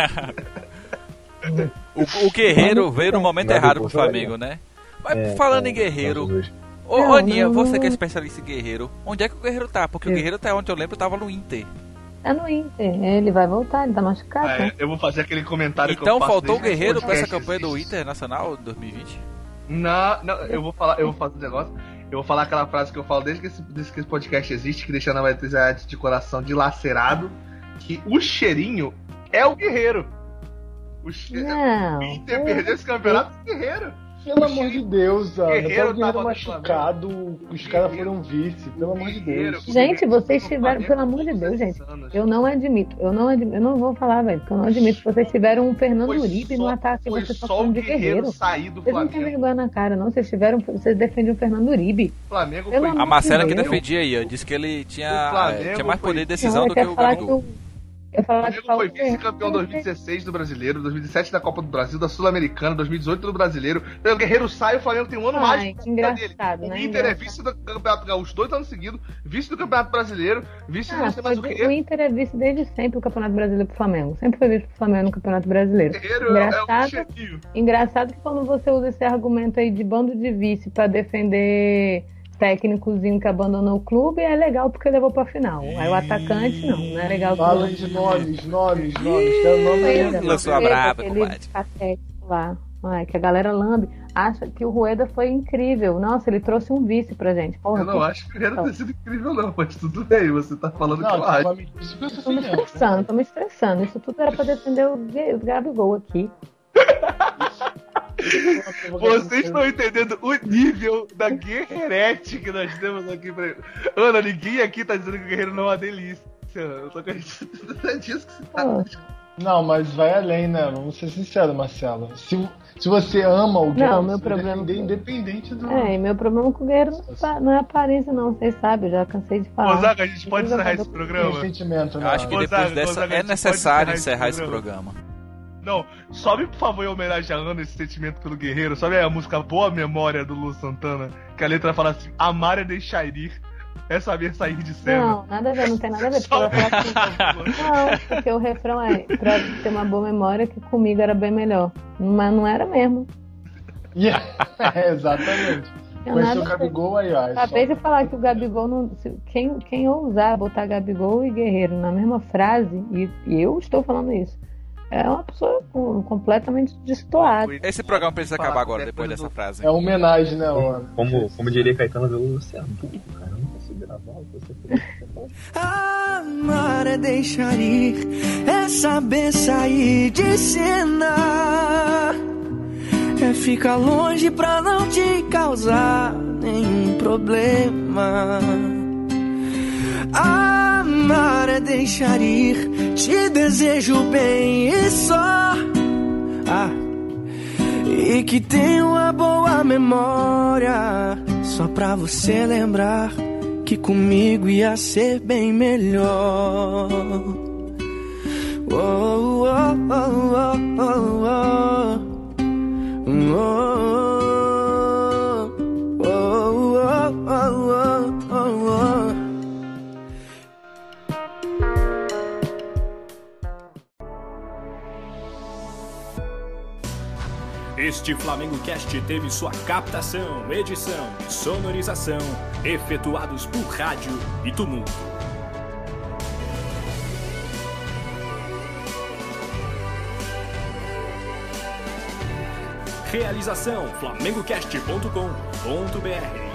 O, o Guerreiro veio no momento Gabigol errado pro jogaria. Flamengo, né? Mas É, falando com- em Guerreiro, com Jesus. ô Não, ô, Aninha, não, você não. que é especialista em Guerreiro, onde é que o Guerreiro tá? Porque o Eu- Guerreiro, até onde eu lembro, tava no Inter. Tá no Inter, ele vai voltar, ele tá machucado, Ah, né? é, eu vou fazer aquele comentário que eu Então faço faltou o desde que Guerreiro esse pra essa podcast campanha do existe. Internacional dois mil e vinte? Não, não, eu vou falar, eu vou fazer um negócio. Eu vou falar aquela frase que eu falo desde que esse, desde que esse podcast existe, que deixa a Ana Beatriz Ayat de coração dilacerado, que o cheirinho é o Guerreiro. O che... Não. O Inter perdeu esse campeonato do Guerreiro. Pelo amor de Deus, Ana. Guerreiro Guerreiro, Guerreiro tava no machucado, os caras Guerreiro. foram vice, pelo amor de Guerreiro. Deus. Gente, vocês O tiveram, Flamengo pelo amor de todos Deus, esses gente. anos. Eu não admito, eu não admito, eu não vou falar, velho, porque eu não admito que vocês tiveram um Fernando Foi Uribe só- no ataque, Foi vocês estão só o falando de Guerreiro Guerreiro. sair do Vocês não têm Flamengo. vergonha na cara, não. Vocês tiveram, vocês defendem o Fernando Uribe. O Flamengo Pelo foi amor A Marcela que Deus. defendia aí, ó, disse que ele O tinha, Flamengo eh, tinha mais foi- poder de decisão Não, do quer que o falar que Gabigol. o, Eu O falava que Flamengo foi vice-campeão em dois mil e dezesseis do Brasileiro, dois mil e dezessete da Copa do Brasil, da Sul-Americana, dois mil e dezoito do Brasileiro. O Guerreiro sai, o Flamengo tem um ano Ai, mais que pra cima dele. engraçado, O né? Inter é Engraçado. vice do Campeonato Gaúcho dois anos seguidos, vice do Campeonato Brasileiro, vice do Ah, não sei mais o foi- quê. o Inter é vice desde sempre o Campeonato Brasileiro pro Flamengo. Sempre foi vice pro Flamengo no Campeonato Brasileiro. O Guerreiro é, é um Engraçado, chefinho. engraçado que quando você usa esse argumento aí de bando de vice pra defender técnicozinho que abandonou o clube, é legal porque levou pra final. Aí o atacante não, não é legal. Fala de nomes, nomes, nomes. Quero nome Rueda, aí. Lançou a Rueda, braba, aquele comadre. cassete lá. Ai, que a galera lambe. Acha que o Rueda foi incrível. Nossa, ele trouxe um vice pra gente. Porra, Eu não que- acho que o Guerreiro tenha sido incrível, não, mas tudo bem, você tá falando que Não, eu acho. tipo, amigo, isso que eu tô Tô me falando. estressando, tô me estressando. Isso tudo era pra defender o, Gue- o Gabigol aqui. Vocês estão entendendo o nível da guerreirete que nós temos aqui pra ele. Ana, ninguém aqui tá dizendo que o Guerreiro não é uma delícia. Eu tô acreditando é disso que você tá. Pô, Não, mas vai além, né? Vamos ser sinceros, Marcelo. Se, se você ama alguém, Não, meu você vai problema- defender independente do. É, e meu problema com o Guerreiro não é pa- não é aparência, não. Vocês sabem, eu já cansei de falar. Ô, Zaga, a gente pode encerrar esse Tem programa? sentimento, né? Eu acho que Gonzaga, depois dessa Gonzaga, a é gente necessário pode encerrar encerrar esse esse programa. Não, sobe por favor em homenagem a Ana esse sentimento pelo Guerreiro. Sobe aí a música Boa Memória do Lu Santana, que a letra fala assim: amar é deixar ir, é saber sair de cena. Não, nada a ver, não tem nada a ver. Porque ela Sobe fala assim, não, porque o refrão é pra ter uma boa memória que comigo era bem melhor. Mas não era mesmo. Yeah. É, exatamente. Tinha Conheceu nada o a ver. Gabigol aí, ó. é só- Acabei de falar que o Gabigol não. se- Quem, quem ousar botar Gabigol e Guerreiro na mesma frase, e, e eu estou falando isso, é uma pessoa com- completamente destoada. Esse programa precisa acabar agora, depois dessa frase. É homenagem, né, Ana? Como, como diria Caetano Veloso, você é burro, cara. Eu não consigo gravar, você fez. Amar é deixar ir, é saber sair de cena, é ficar longe pra não te causar nenhum problema. Amar é deixar ir, te desejo bem e só. Ah, e que tenha uma boa memória, só pra você lembrar que comigo ia ser bem melhor. Oh, oh, oh, oh, oh, oh. Oh, oh, oh, oh, oh, oh. Este Flamengo Cast teve sua captação, edição e sonorização efetuados por Rádio e Tumulto. Realização flamengo cast ponto com ponto br